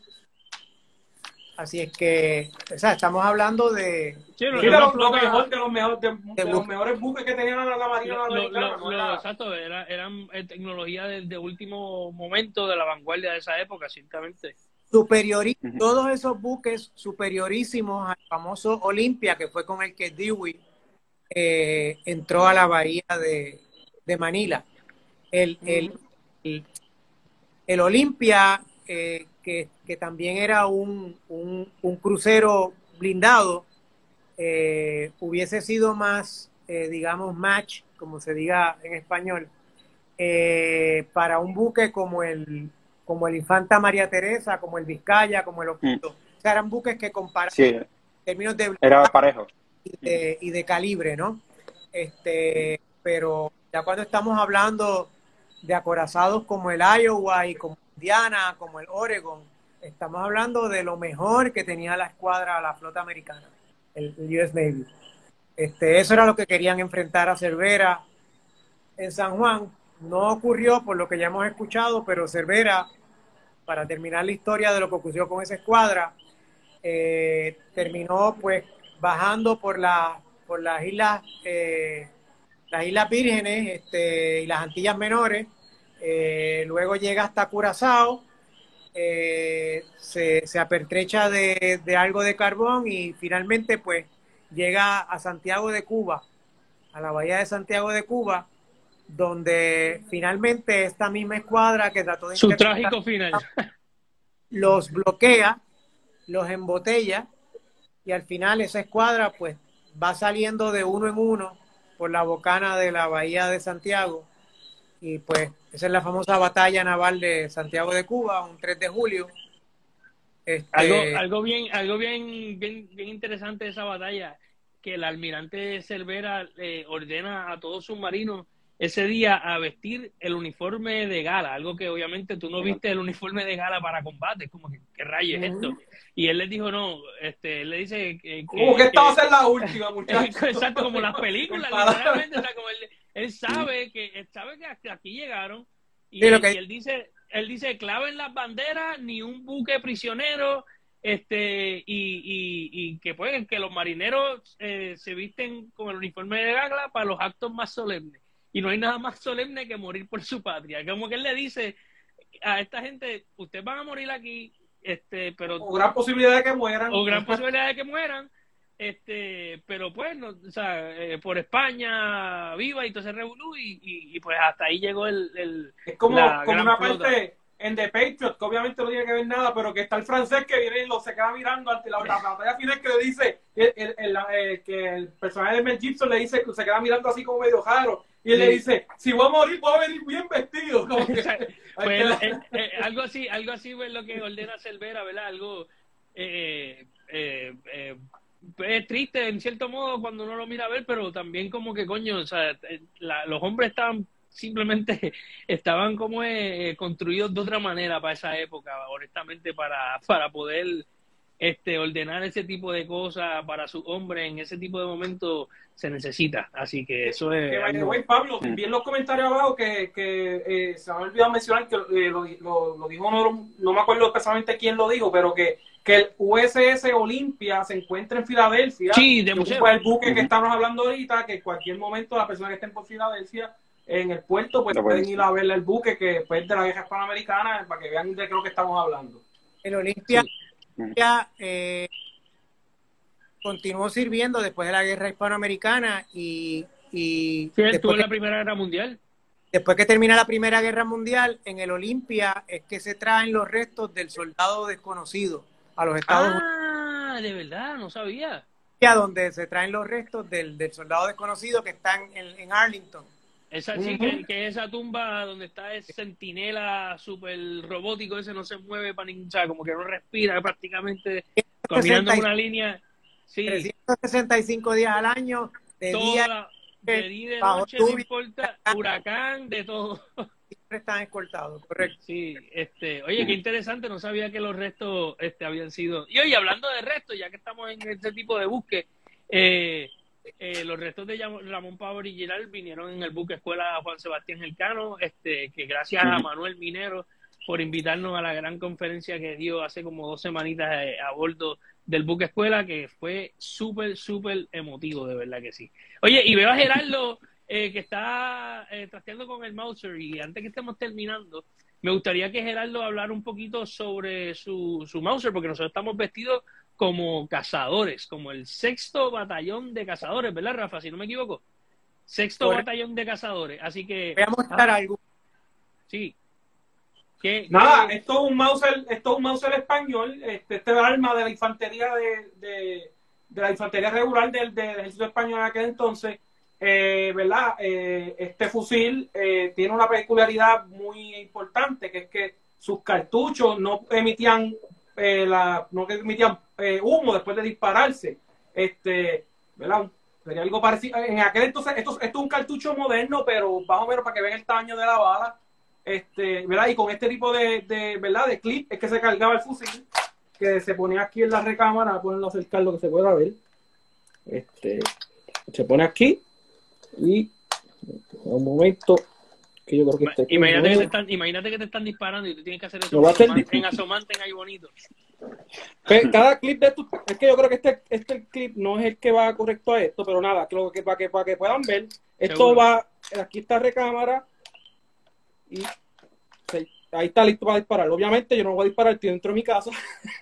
Así es que, o sea, estamos hablando de, Sí, no, Sí, es de una lo, lo flota- mejor, de los mejores, de, de los buque. mejores buques que tenía la, la Marina Lo- lo- Americana. lo- ¿no? lo- Era- exacto, era, eran eh, tecnología de, de último momento, de la vanguardia de esa época, ciertamente. superiori- Ujú. todos esos buques superiorísimos al famoso Olympia, que fue con el que Dewey eh, entró a la bahía de, de Manila. El, el, el, el Olympia, eh, que, que también era un, un, un crucero blindado, eh, hubiese sido más, eh, digamos, match, como se diga en español, eh, para un buque como el, como el Infanta María Teresa, como el Vizcaya, como el Oquito. O sea, eran buques que comparaban Sí, en términos de era parejo. y de, y de calibre, ¿no? Este, pero ya cuando estamos hablando de acorazados como el Iowa y como Indiana, como el Oregon, estamos hablando de lo mejor que tenía la escuadra, la flota americana, el, el U S Navy. Este, eso era lo que querían enfrentar a Cervera en San Juan. No ocurrió por lo que ya hemos escuchado, pero Cervera, para terminar la historia de lo que ocurrió con esa escuadra, eh, terminó pues bajando por la por las islas eh, las Islas Vírgenes este, y las Antillas Menores, eh, luego llega hasta Curazao, eh, se, se apertrecha de, de algo de carbón y finalmente pues llega a Santiago de Cuba, a la bahía de Santiago de Cuba, donde finalmente esta misma escuadra que trató de Su interceptar trágico final. los bloquea, los embotella y al final esa escuadra pues va saliendo de uno en uno por la bocana de la bahía de Santiago y pues esa es la famosa batalla naval de Santiago de Cuba, un tres de julio. Este, Algo, algo bien, algo bien, bien, bien interesante de esa batalla, que el almirante Cervera eh, ordena a todos sus marinos ese día a vestir el uniforme de gala, algo que obviamente tú no viste el uniforme de gala para combate, como que qué rayo es esto. Y él les dijo no, este, él le dice que, Como que esta va a ser la última, muchachos. exacto, como las películas, literalmente, o sea, como él, él sabe que él sabe que hasta aquí llegaron y, Sí, lo él, que- y él dice, él dice claven las banderas, ni un buque prisionero, este y, y, y que pueden que los marineros eh, se visten con el uniforme de gala para los actos más solemnes. Y no hay nada más solemne que morir por su patria. Como que él le dice a esta gente, ustedes van a morir aquí, este, pero O gran posibilidad de que mueran. o gran posibilidad de que mueran, este, pero pues, no, o sea, eh, por España viva y todo ese revolú y, y, y pues hasta ahí llegó el, el Es como, la como gran una flota. parte en The Patriot, que obviamente no tiene que ver nada, pero que está el francés que viene y lo se queda mirando ante la, la batalla final que le dice, el, el, el, el- que el personaje de Mel Gibson le dice que se queda mirando así como medio jaro, y él Sí. le dice, si voy a morir, voy a venir bien vestido. Como que, O sea, hay pues, que- eh, eh, algo así, algo así es lo que ordena Cervera, ¿verdad? Algo eh, eh, eh, es triste en cierto modo cuando uno lo mira a ver, pero también como que coño, o sea, la, los hombres estaban simplemente, estaban como eh, construidos de otra manera para esa época, honestamente, para, para poder este, ordenar ese tipo de cosas para sus hombres en ese tipo de momentos se necesita, así que eso es... Que vaya, algo... güey, Pablo, vi en los comentarios abajo que, que eh, se me ha olvidado mencionar que eh, lo, lo, lo dijo, no, no me acuerdo especialmente quién lo dijo, pero que, que el U S S Olympia se encuentra en Filadelfia. Sí, de museo. Fue el buque que estamos hablando ahorita, que en cualquier momento las personas que estén por Filadelfia en el puerto pues no pueden ir a ver el buque que pues, de la guerra hispanoamericana para que vean de qué es lo que estamos hablando. El Olympia sí. ya, eh, continuó sirviendo después de la guerra hispanoamericana y, y sí, después, en la Primera Guerra Mundial. Después que termina la Primera Guerra Mundial, en el Olympia es que se traen los restos del soldado desconocido a los Estados Unidos. Ah, de verdad, no sabía. Donde se traen los restos del, del soldado desconocido que están en, en Arlington. Esa, sí, uh-huh. que, que esa tumba donde está ese centinela super robótico, ese no se mueve para ningún, o sea, como que no respira prácticamente, caminando en una línea. Sí. trescientos sesenta y cinco días al año, de Toda, día, de día de noche, no importa, huracán, de todo. Siempre están escoltados, correcto. Sí, este, oye, qué interesante, no sabía que los restos este, habían sido... Y oye, hablando de restos, ya que estamos en este tipo de buque, eh, eh, los restos de Ramón Pavo original vinieron en el buque Escuela Juan Sebastián Elcano, este, que gracias a Manuel Minero por invitarnos a la gran conferencia que dio hace como dos semanitas eh, a bordo del buque Escuela, que fue súper, súper emotivo, de verdad que sí. Oye, y veo a Gerardo eh, que está eh, trasteando con el Mauser, y antes que estemos terminando, me gustaría que Gerardo hablara un poquito sobre su, su Mauser, porque nosotros estamos vestidos como cazadores, como el sexto batallón de cazadores, ¿verdad, Rafa? Si no me equivoco. Sexto Correcto. batallón de cazadores, así que... Voy a mostrar ah, algo. Sí. ¿Qué, Nada, qué? esto es un Mauser, esto es un Mauser español, este, este es el arma de la infantería de, de, de la infantería regular del, del ejército español en aquel entonces, eh, ¿verdad? Eh, este fusil eh, tiene una peculiaridad muy importante, que es que sus cartuchos no emitían eh, la, no emitían eh, humo después de dispararse, este, ¿verdad? Sería algo parecido. En aquel entonces, esto, esto es un cartucho moderno, pero más o menos para que vean el tamaño de la bala. Este, ¿verdad? Y con este tipo de, de, ¿verdad? De clip es que se cargaba el fusil, que se ponía aquí en la recámara, a ponerlo a acercar lo que se pueda ver. Este, se pone aquí y un momento que yo creo que este imagínate, que te están, imagínate que te están disparando y tú tienes que hacer eso no en asomanten ahí bonito. Cada clip de esto, es que yo creo que este, este clip no es el que va correcto a esto, pero nada, creo que para que, para que puedan ver, esto Seguro. va, aquí está recámara y sí, ahí está listo para disparar. Obviamente yo no voy a disparar, estoy dentro de mi casa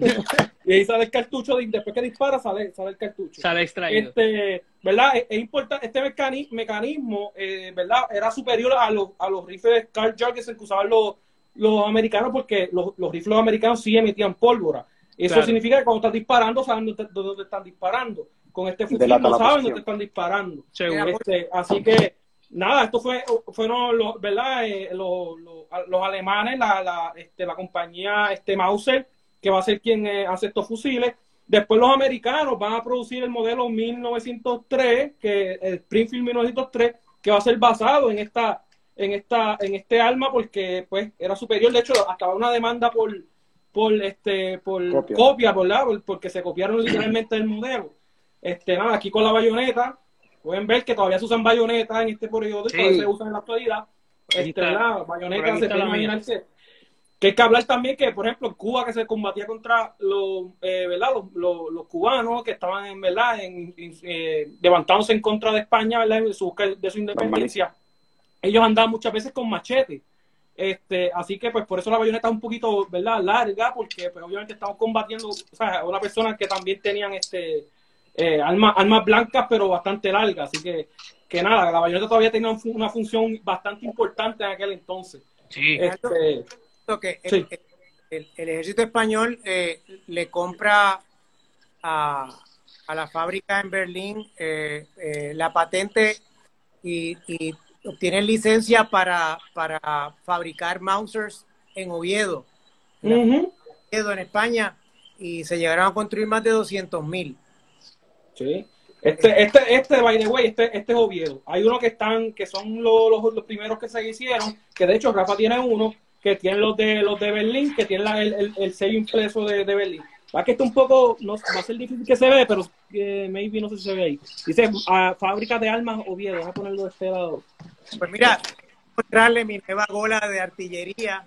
y ahí sale el cartucho, y después que dispara sale, sale el cartucho. Sale extraído. Este, ¿verdad? Es, es importante, este mecanismo, mecanismo eh, ¿verdad? Era superior a los, a los rifles Carl Jurgensen que usaban los, los americanos, porque los, los rifles americanos sí emitían pólvora. Eso claro. significa que cuando estás disparando saben dónde, dónde están disparando. Con este fusil no saben dónde están disparando. Este, así que nada, esto fue, fueron los, ¿verdad? Eh, los, los, los alemanes, la, la, este, la compañía este Mauser, que va a ser quien eh, hace estos fusiles. Después los americanos van a producir el modelo mil novecientos tres, que el Springfield mil novecientos tres, que va a ser basado en esta, en esta, en este arma, porque pues era superior. De hecho, hasta una demanda por, por este, por copia, copia ¿verdad? Por, porque se copiaron literalmente el modelo. Este, nada, aquí con la bayoneta. Pueden ver que todavía se usan bayonetas en este periodo, sí. todavía se usan en la actualidad. Este, ¿verdad? Bayonetas se puede imaginarse. Que hay que hablar también que, por ejemplo, en Cuba, que se combatía contra los, eh, ¿verdad? Los, los, los cubanos que estaban en, ¿verdad? En, en, eh, levantándose en contra de España, ¿verdad? En su busca de su independencia. Ellos andaban muchas veces con machete. Este, así que, pues, por eso la bayoneta es un poquito, ¿verdad? Larga, porque, pues, obviamente estamos combatiendo, o sea, a una persona que también tenían, este... Eh, armas, armas blancas pero bastante largas, así que, que nada, la bayoneta todavía tenía un, una función bastante importante en aquel entonces. Sí. Este, que el, sí. el, el, el ejército español eh, le compra a, a la fábrica en Berlín eh, eh, la patente y, y obtienen licencia para, para fabricar Mausers en Oviedo, uh-huh. en Oviedo, en España, y se llegaron a construir más de doscientos mil. Sí. Este, este, este, by the way, este, este es Oviedo. Hay uno que están, que son los, los, los primeros que se hicieron, que de hecho Rafa tiene uno, que tiene los de los de Berlín, que tiene la, el, el, el sello impreso de, de Berlín. Va que está un poco, no, va a ser difícil que se ve, pero eh, maybe no sé si se ve ahí. Dice uh, Fábrica de Armas Oviedo, vamos a ponerlo de este lado. Pues mira, mostrarle mi nueva gola de artillería.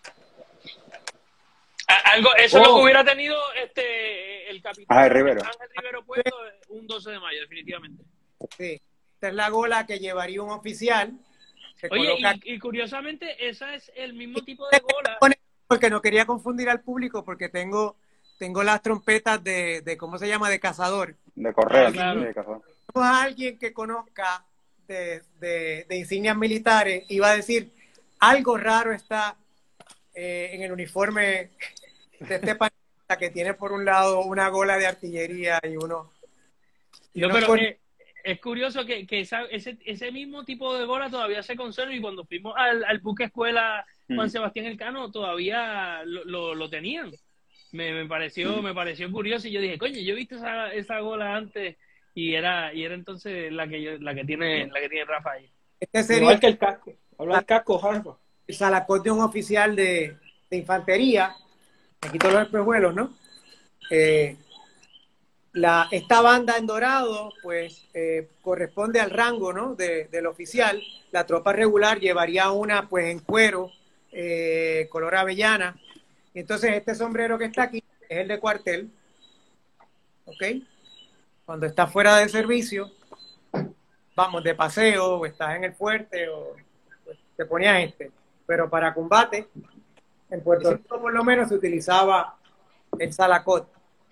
Algo, eso Oh. es lo que hubiera tenido este el capitán Ángel Rivero. Ángel Rivero puesto un doce de mayo, definitivamente. Sí, esta es la gola que llevaría un oficial. Se Oye, coloca- y, y curiosamente, esa es el mismo tipo de gola. porque no quería confundir al público, porque tengo, tengo las trompetas de, de, ¿cómo se llama?, de cazador. De correo, Ah, claro. sí, de cazador. A alguien que conozca de, de, de insignias militares iba a decir, algo raro está eh, en el uniforme de este panista que tiene por un lado una gola de artillería y uno... y No, uno pero con- eh, es curioso que, que esa- ese, ese mismo tipo de gola todavía se conserva, y cuando fuimos al, al buque escuela Juan Mm. Sebastián Elcano todavía lo, lo, lo tenían. Me, me pareció Mm. me pareció curioso, y yo dije, coño, yo he visto esa, esa gola antes, y era y era entonces la que yo, la que tiene la que tiene Rafa ahí. Este sería Igual que el casco. Habla del casco, Rafa. el salacot de un oficial de, de infantería. Me quito los espejuelos, ¿no? Eh, la, esta banda en dorado, pues, eh, corresponde al rango, ¿no?, de, del oficial. La tropa regular llevaría una, pues, en cuero, eh, color avellana. Entonces, este sombrero que está aquí es el de cuartel, ¿ok? Cuando estás fuera de servicio, vamos, de paseo, o estás en el fuerte, o pues, te ponías este. Pero para combate, en Puerto Rico por lo menos se utilizaba el salacot.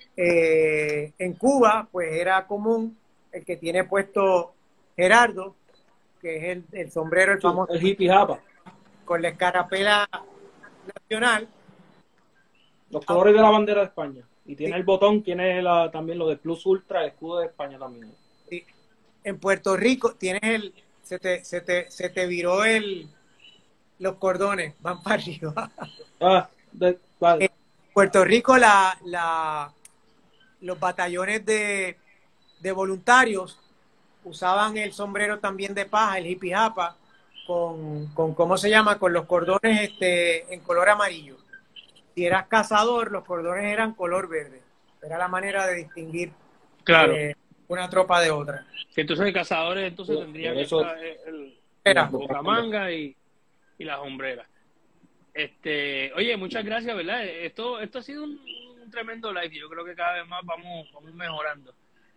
Eh, en Cuba, pues era común el que tiene puesto Gerardo, que es el, el sombrero, el famoso, El hippie japa. con la escarapela nacional. Los colores de la bandera de España. Y tiene el botón, tiene la, también lo de Plus Ultra, el escudo de España también. Sí. En Puerto Rico tienes el, se te, se te, se te viró el, los cordones, van para arriba. Ah, de, vale. En Puerto Rico la, la, los batallones de, de voluntarios usaban el sombrero también de paja, el hippie japa, con, con, ¿cómo se llama?, con los cordones este, en color amarillo. Si eras cazador, los cordones eran color verde. Era la manera de distinguir Claro. eh, una tropa de otra. Que entonces de cazadores entonces Por tendrían eso- esa- el, Era. la bocamanga y, y las hombreras. Este, oye, muchas gracias, ¿verdad? Esto, esto ha sido un, un tremendo live. Yo creo que cada vez más vamos, vamos mejorando.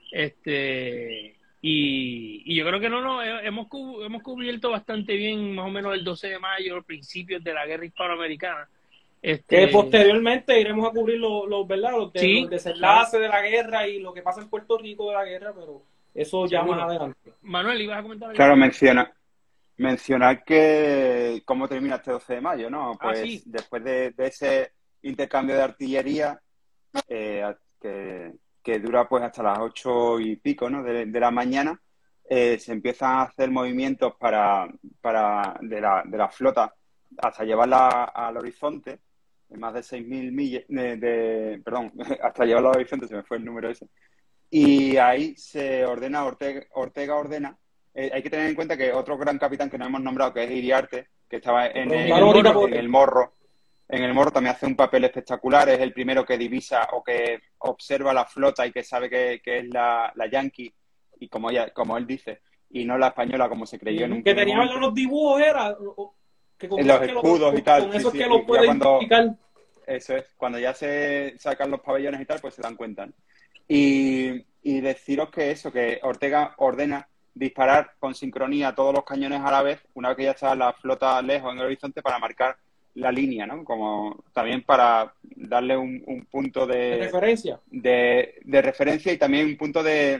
Este, y, y yo creo que no, no, hemos, cu- hemos cubierto bastante bien más o menos el doce de mayo, los principios de la guerra hispanoamericana. Este, Que posteriormente iremos a cubrir los, los, ¿verdad? Los, de- Sí, los desenlaces de la guerra y lo que pasa en Puerto Rico de la guerra, pero eso ya Seguro. más adelante. Manuel, ¿ibas a comentar algo? Claro, menciona, mencionar que cómo termina este doce de mayo, ¿no? Ah, Pues sí. después de, de ese intercambio de artillería eh, que, que dura pues hasta las ocho y pico, ¿no?, de, de la mañana, eh, se empiezan a hacer movimientos para, para de, la, de la flota hasta llevarla al horizonte, más de seis mil millas, de, de- perdón, hasta llevarla al horizonte, se me fue el número ese. Y ahí se ordena, Ortega, Ortega ordena. Eh, hay que tener en cuenta que otro gran capitán que no hemos nombrado, que es Iriarte, que estaba en, el, Claro, ahorita por- en el Morro, en el Morro también hace un papel espectacular, es el primero que divisa o que observa la flota y que sabe que, que es la, la Yankee, y como, ella, como él dice, y no la española como se creyó en un Que primer tenía momento. los dibujos, era. o- o- Que con En eso los es que lo- escudos y tal, Con sí, eso sí, es que y lo ya puede cuando- identificar. Eso es, cuando ya se sacan los pabellones y tal, pues se dan cuenta, ¿no? Y, y deciros que eso, que Ortega ordena disparar con sincronía todos los cañones a la vez, una vez que ya está la flota lejos en el horizonte, para marcar la línea, ¿no? Como también para darle un, un punto De de, referencia. de, de referencia y también un punto de,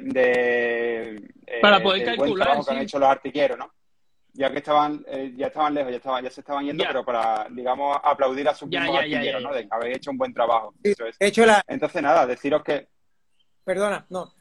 de eh, Para poder del buen calcular, trabajo que han sí. hecho los artilleros, ¿no? Ya que estaban, eh, ya estaban lejos, ya estaban, ya se estaban yendo, Ya. pero para, digamos, aplaudir a sus Ya, mismos ya, ya, artilleros, ya, ¿no? ya. De haber hecho un buen trabajo. Eso es. De hecho, la, Entonces, nada, deciros que, perdona, no,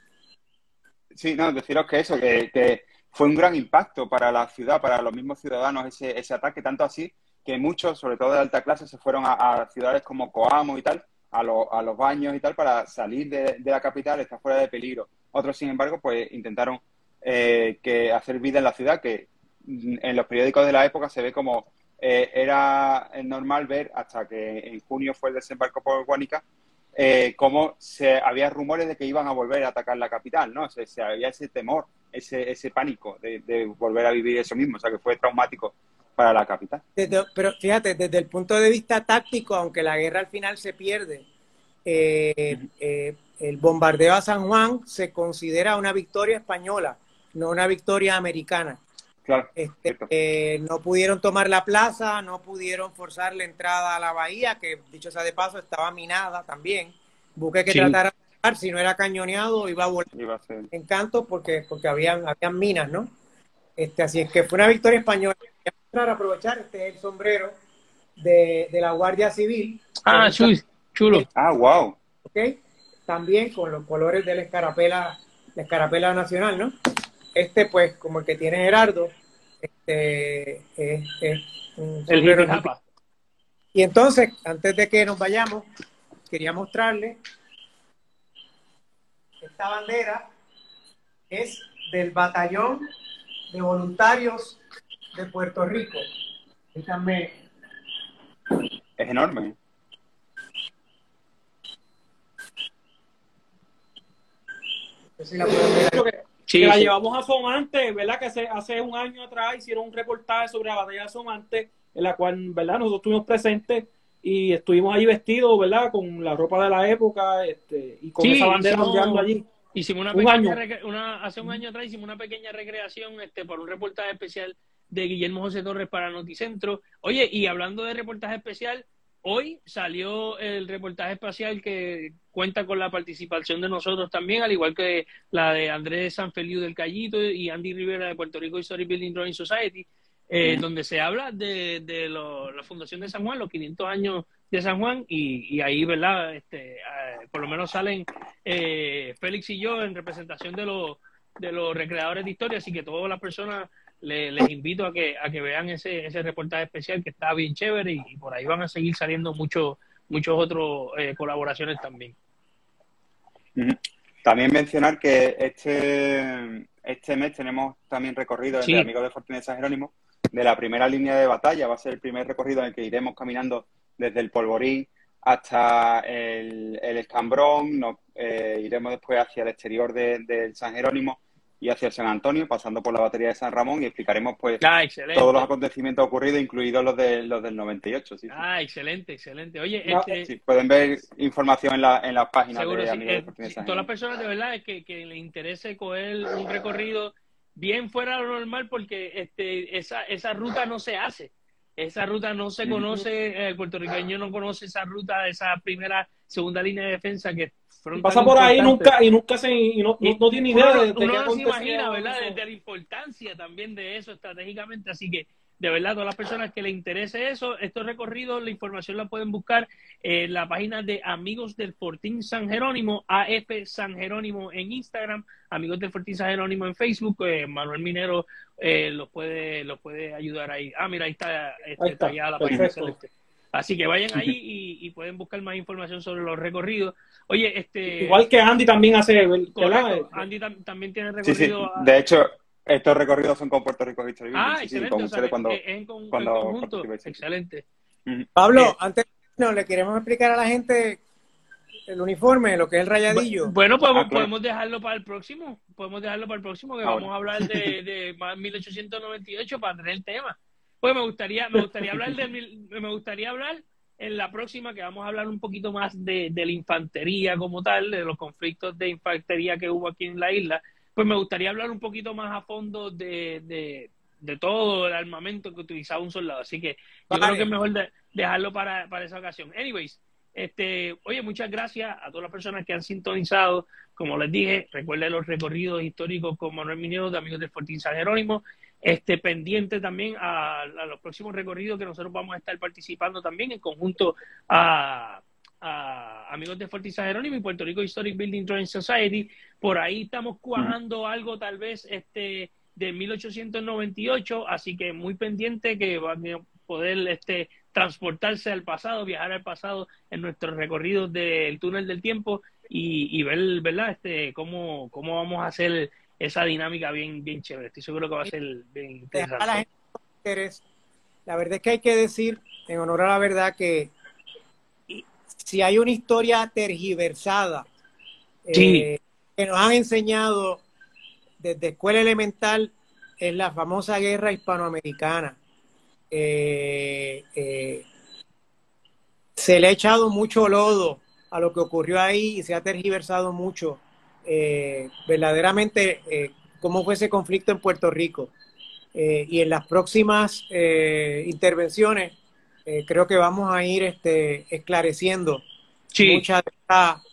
sí, no, deciros que eso, que, que fue un gran impacto para la ciudad, para los mismos ciudadanos, ese, ese ataque, tanto así que muchos, sobre todo de alta clase, se fueron a, a ciudades como Coamo y tal, a, lo- a los baños y tal, para salir de, de la capital, estar fuera de peligro. Otros, sin embargo, pues intentaron eh, que hacer vida en la ciudad, que en los periódicos de la época se ve como eh, era normal ver, hasta que en junio fue el desembarco por Guánica, eh, cómo se, había rumores de que iban a volver a atacar la capital, ¿no? O sea, se, había ese temor, ese, ese pánico de, de volver a vivir eso mismo, o sea, que fue traumático para la capital. Desde, pero fíjate, desde el punto de vista táctico, aunque la guerra al final se pierde, eh, eh, el bombardeo a San Juan se considera una victoria española, no una victoria americana. Claro, este, eh, no pudieron tomar la plaza, no pudieron forzar la entrada a la bahía, que dicho sea de paso estaba minada también. Buque que sí. tratara de entrar, si no era cañoneado, iba a volar iba a ser. en canto porque, porque habían, habían minas, ¿no? Este, así es que fue una victoria española. Voy a aprovechar, este es el sombrero de, de la Guardia Civil. Ah, chulo. chulo. Ah, wow. Okay. También con los colores de la escarapela, la escarapela nacional, ¿no? Este, pues, como el que tiene Gerardo, este, es, es un sombrero. El y entonces, antes de que nos vayamos, quería mostrarles esta bandera, es del Batallón de Voluntarios de Puerto Rico. Déjame. Es enorme. No sé si la pueden ver. Sí, que la sí. llevamos a Somante, ¿verdad? Que hace, hace un año atrás hicieron un reportaje sobre la batalla de Somante, en la cual, ¿verdad? Nosotros estuvimos presentes y estuvimos ahí vestidos, ¿verdad? Con la ropa de la época, este, y con sí, esa bandera hicimos, ondeando allí. Hicimos una un pequeña, año. Una, hace un año atrás hicimos una pequeña recreación este, por un reportaje especial de Guillermo José Torres para Noticentro. Oye, y hablando de reportaje especial, hoy salió el reportaje espacial que cuenta con la participación de nosotros también, al igual que la de Andrés Sanfeliu del Callito y Andy Rivera de Puerto Rico Historic Building Drawing Society, eh, mm. donde se habla de, de lo, la Fundación de San Juan, los quinientos años de San Juan, y, y ahí, ¿verdad? Este, eh, por lo menos salen eh, Félix y yo en representación de los, de los recreadores de historia, así que todas las personas les, les invito a que, a que vean ese, ese reportaje especial que está bien chévere, y, y por ahí van a seguir saliendo muchos muchos otros eh, colaboraciones también. También mencionar que este, este mes tenemos también recorrido sí. de Amigos de Fortín de San Jerónimo de la primera línea de batalla. Va a ser el primer recorrido en el que iremos caminando desde el Polvorín hasta el, el Escambrón, nos, eh, iremos después hacia el exterior del de San Jerónimo y hacia el San Antonio, pasando por la batería de San Ramón, y explicaremos pues ah, todos los acontecimientos ocurridos, incluidos los de los del noventa y ocho. Sí, sí. Ah, excelente, excelente. Oye, no, este... sí, pueden ver información en, la, en las páginas seguro, de sí. Amigos eh, de Fortín de San sí, todas las personas de verdad es que, que les interese coger un recorrido bien fuera de lo normal, porque este esa esa ruta no se hace. Esa ruta no se conoce, el puertorriqueño no conoce esa ruta, esa primera, segunda línea de defensa que pasa por ahí nunca y nunca se y no, no, no tiene idea de, de uno qué no se imagina, ¿verdad? Eso. De, de la importancia también de eso estratégicamente, así que de verdad todas las personas que les interese eso, estos recorridos, la información la pueden buscar en la página de Amigos del Fortín San Jerónimo, A F San Jerónimo en Instagram, Amigos del Fortín San Jerónimo en Facebook. eh, Manuel Minero eh, los puede los puede ayudar ahí. Ah, mira, ahí está, este, ahí está tallada la página celeste. Así que vayan ahí y, y pueden buscar más información sobre los recorridos. Oye, este... igual que Andy también hace... Correcto, Andy tam también tiene recorrido... Sí, sí. De hecho, estos recorridos son con Puerto Rico History Building. Ah, sí, excelente. Sí, con o sea, cuando, en, en, con, cuando en conjunto. Excelente. Uh-huh. Pablo, eh, antes no, le queremos explicar a la gente el uniforme, lo que es el rayadillo. Bueno, podemos, ah, claro. podemos dejarlo para el próximo. Podemos dejarlo para el próximo, que ah, vamos bueno. a hablar de, de mil ochocientos noventa y ocho para tener el tema. Pues me gustaría, me gustaría hablar de me gustaría hablar en la próxima, que vamos a hablar un poquito más de, de la infantería como tal, de los conflictos de infantería que hubo aquí en la isla. Pues me gustaría hablar un poquito más a fondo de, de, de todo el armamento que utilizaba un soldado. Así que yo vale. creo que es mejor de, dejarlo para, para esa ocasión. Anyways, este, oye, muchas gracias a todas las personas que han sintonizado. Como les dije, recuerden los recorridos históricos con Manuel Minero de Amigos del Fortín San Jerónimo. Este, pendiente también a, a los próximos recorridos que nosotros vamos a estar participando también en conjunto a, a Amigos de Fortín San Jerónimo y Puerto Rico Historic Building Drawing Society. Por ahí estamos cuajando algo tal vez este de mil ochocientos noventa y ocho, así que muy pendiente que van a poder este transportarse al pasado, viajar al pasado en nuestros recorridos del túnel del tiempo y, y ver, ¿verdad? Este, cómo, cómo vamos a hacer esa dinámica bien, bien chévere. Estoy seguro que va a ser bien interesante. A la gente, la verdad es que hay que decir, en honor a la verdad, que si hay una historia tergiversada Sí. eh, que nos han enseñado desde escuela elemental, es la famosa guerra hispanoamericana. Eh, eh, se le ha echado mucho lodo a lo que ocurrió ahí y se ha tergiversado mucho eh, verdaderamente eh, cómo fue ese conflicto en Puerto Rico. Eh, y en las próximas eh, intervenciones eh, creo que vamos a ir este, esclareciendo Sí. muchas de esa,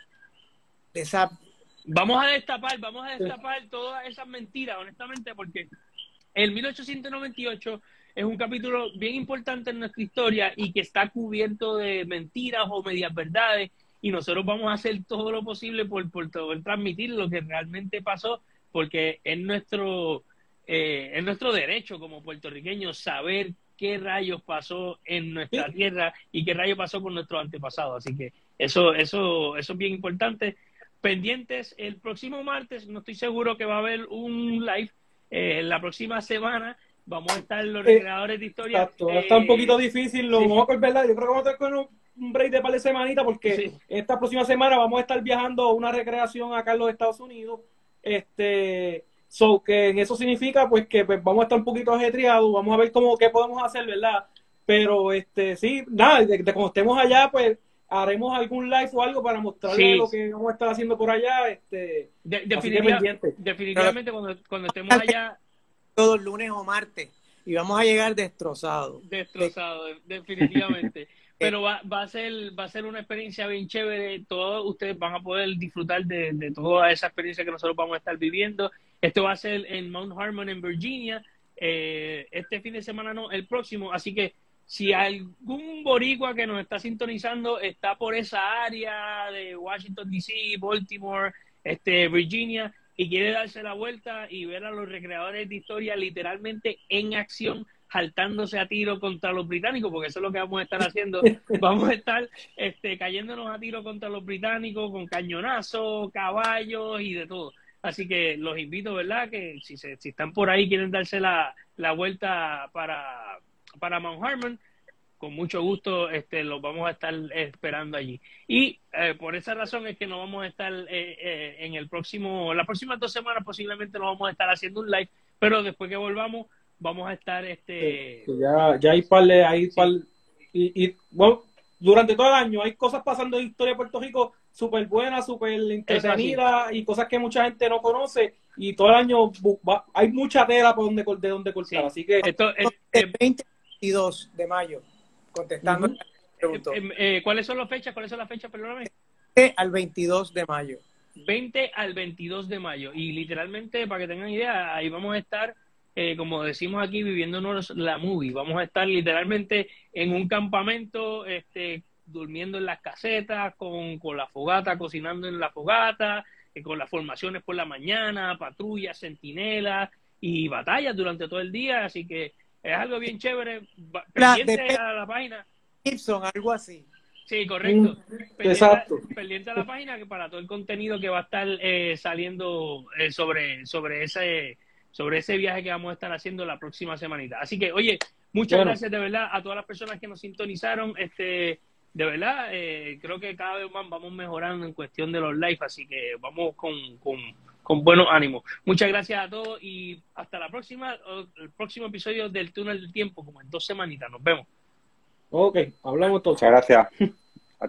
de esa... Vamos a destapar, vamos a destapar todas esas mentiras, honestamente, porque el mil ochocientos noventa y ocho es un capítulo bien importante en nuestra historia y que está cubierto de mentiras o medias verdades, y nosotros vamos a hacer todo lo posible por, por poder transmitir lo que realmente pasó, porque es nuestro, eh, es nuestro derecho como puertorriqueños saber qué rayos pasó en nuestra tierra y qué rayos pasó con nuestros antepasados. Así que eso, eso, eso es bien importante. Pendientes el próximo martes, no estoy seguro que va a haber un live. Eh, la próxima semana vamos a estar los recreadores de historia. Exacto, eh, está un poquito difícil, lo sí. vamos a ver, ¿verdad? Yo creo que vamos a tener con un break de par de semanitas porque Sí. esta próxima semana vamos a estar viajando a una recreación acá en los Estados Unidos. Este, so que eso significa pues que pues, vamos a estar un poquito ajetreados, vamos a ver cómo qué podemos hacer, ¿verdad? Pero este sí, nada, de, de cuando estemos allá, pues haremos algún live o algo para mostrarles Sí. lo que vamos a estar haciendo por allá. Este, De, así que definitiva, pendiente. definitivamente cuando, cuando estemos allá todos lunes o martes y vamos a llegar destrozados. destrozados, definitivamente. Pero va, va a ser va a ser una experiencia bien chévere. Todos ustedes van a poder disfrutar de, de toda esa experiencia que nosotros vamos a estar viviendo. Esto va a ser en Mount Harmon, en Virginia. Eh, este fin de semana no, el próximo. Así que si algún boricua que nos está sintonizando está por esa área de Washington, D C, Baltimore, este, Virginia, y quiere darse la vuelta y ver a los recreadores de historia literalmente en acción, saltándose a tiro contra los británicos, porque eso es lo que vamos a estar haciendo. Vamos a estar este, cayéndonos a tiro contra los británicos con cañonazos, caballos y de todo. Así que los invito, ¿verdad? Que si, se, si están por ahí, quieren darse la, la vuelta para, para Mount Harmon, con mucho gusto este, los vamos a estar esperando allí. Y eh, por esa razón es que nos vamos a estar eh, eh, en el próximo, las próximas dos semanas posiblemente nos vamos a estar haciendo un live, pero después que volvamos vamos a estar este Sí, ya, ya hay par de, hay Sí. par, y, y bueno, durante todo el año hay cosas pasando en historia de Puerto Rico súper buenas, súper entretenidas y cosas que mucha gente no conoce, y todo el año bu- va- hay mucha tela por donde, cor- de donde cortar, Sí. así que Esto, eh, El eh, veinte y veintidós de mayo, contestando Ujú. la pregunta. eh, eh, ¿cuáles son las fechas? ¿Cuáles son las fechas? Perdóname. Al veintidós de mayo. veinte al veintidós de mayo. Y literalmente, para que tengan idea, ahí vamos a estar, eh, como decimos aquí, viviéndonos la movie. Vamos a estar literalmente en un campamento, este, durmiendo en las casetas, con, con la fogata, cocinando en la fogata, eh, con las formaciones por la mañana, patrullas, centinelas y batallas durante todo el día. Así que es algo bien chévere. Va- La- Pendiente de- a la página. Gibson, algo así. Sí, correcto. Mm, Pendiente, exacto. pendiente a la página que para todo el contenido que va a estar eh, saliendo eh, sobre, sobre ese sobre ese viaje que vamos a estar haciendo la próxima semanita. Así que, oye, muchas Bueno. gracias de verdad a todas las personas que nos sintonizaron. Este, de verdad, eh, creo que cada vez más vamos mejorando en cuestión de los live, así que vamos con, con, con buenos ánimos. Muchas gracias a todos y hasta la próxima, o el próximo episodio del Túnel del Tiempo, como en dos semanitas. Nos vemos. Ok, hablamos entonces. Muchas gracias.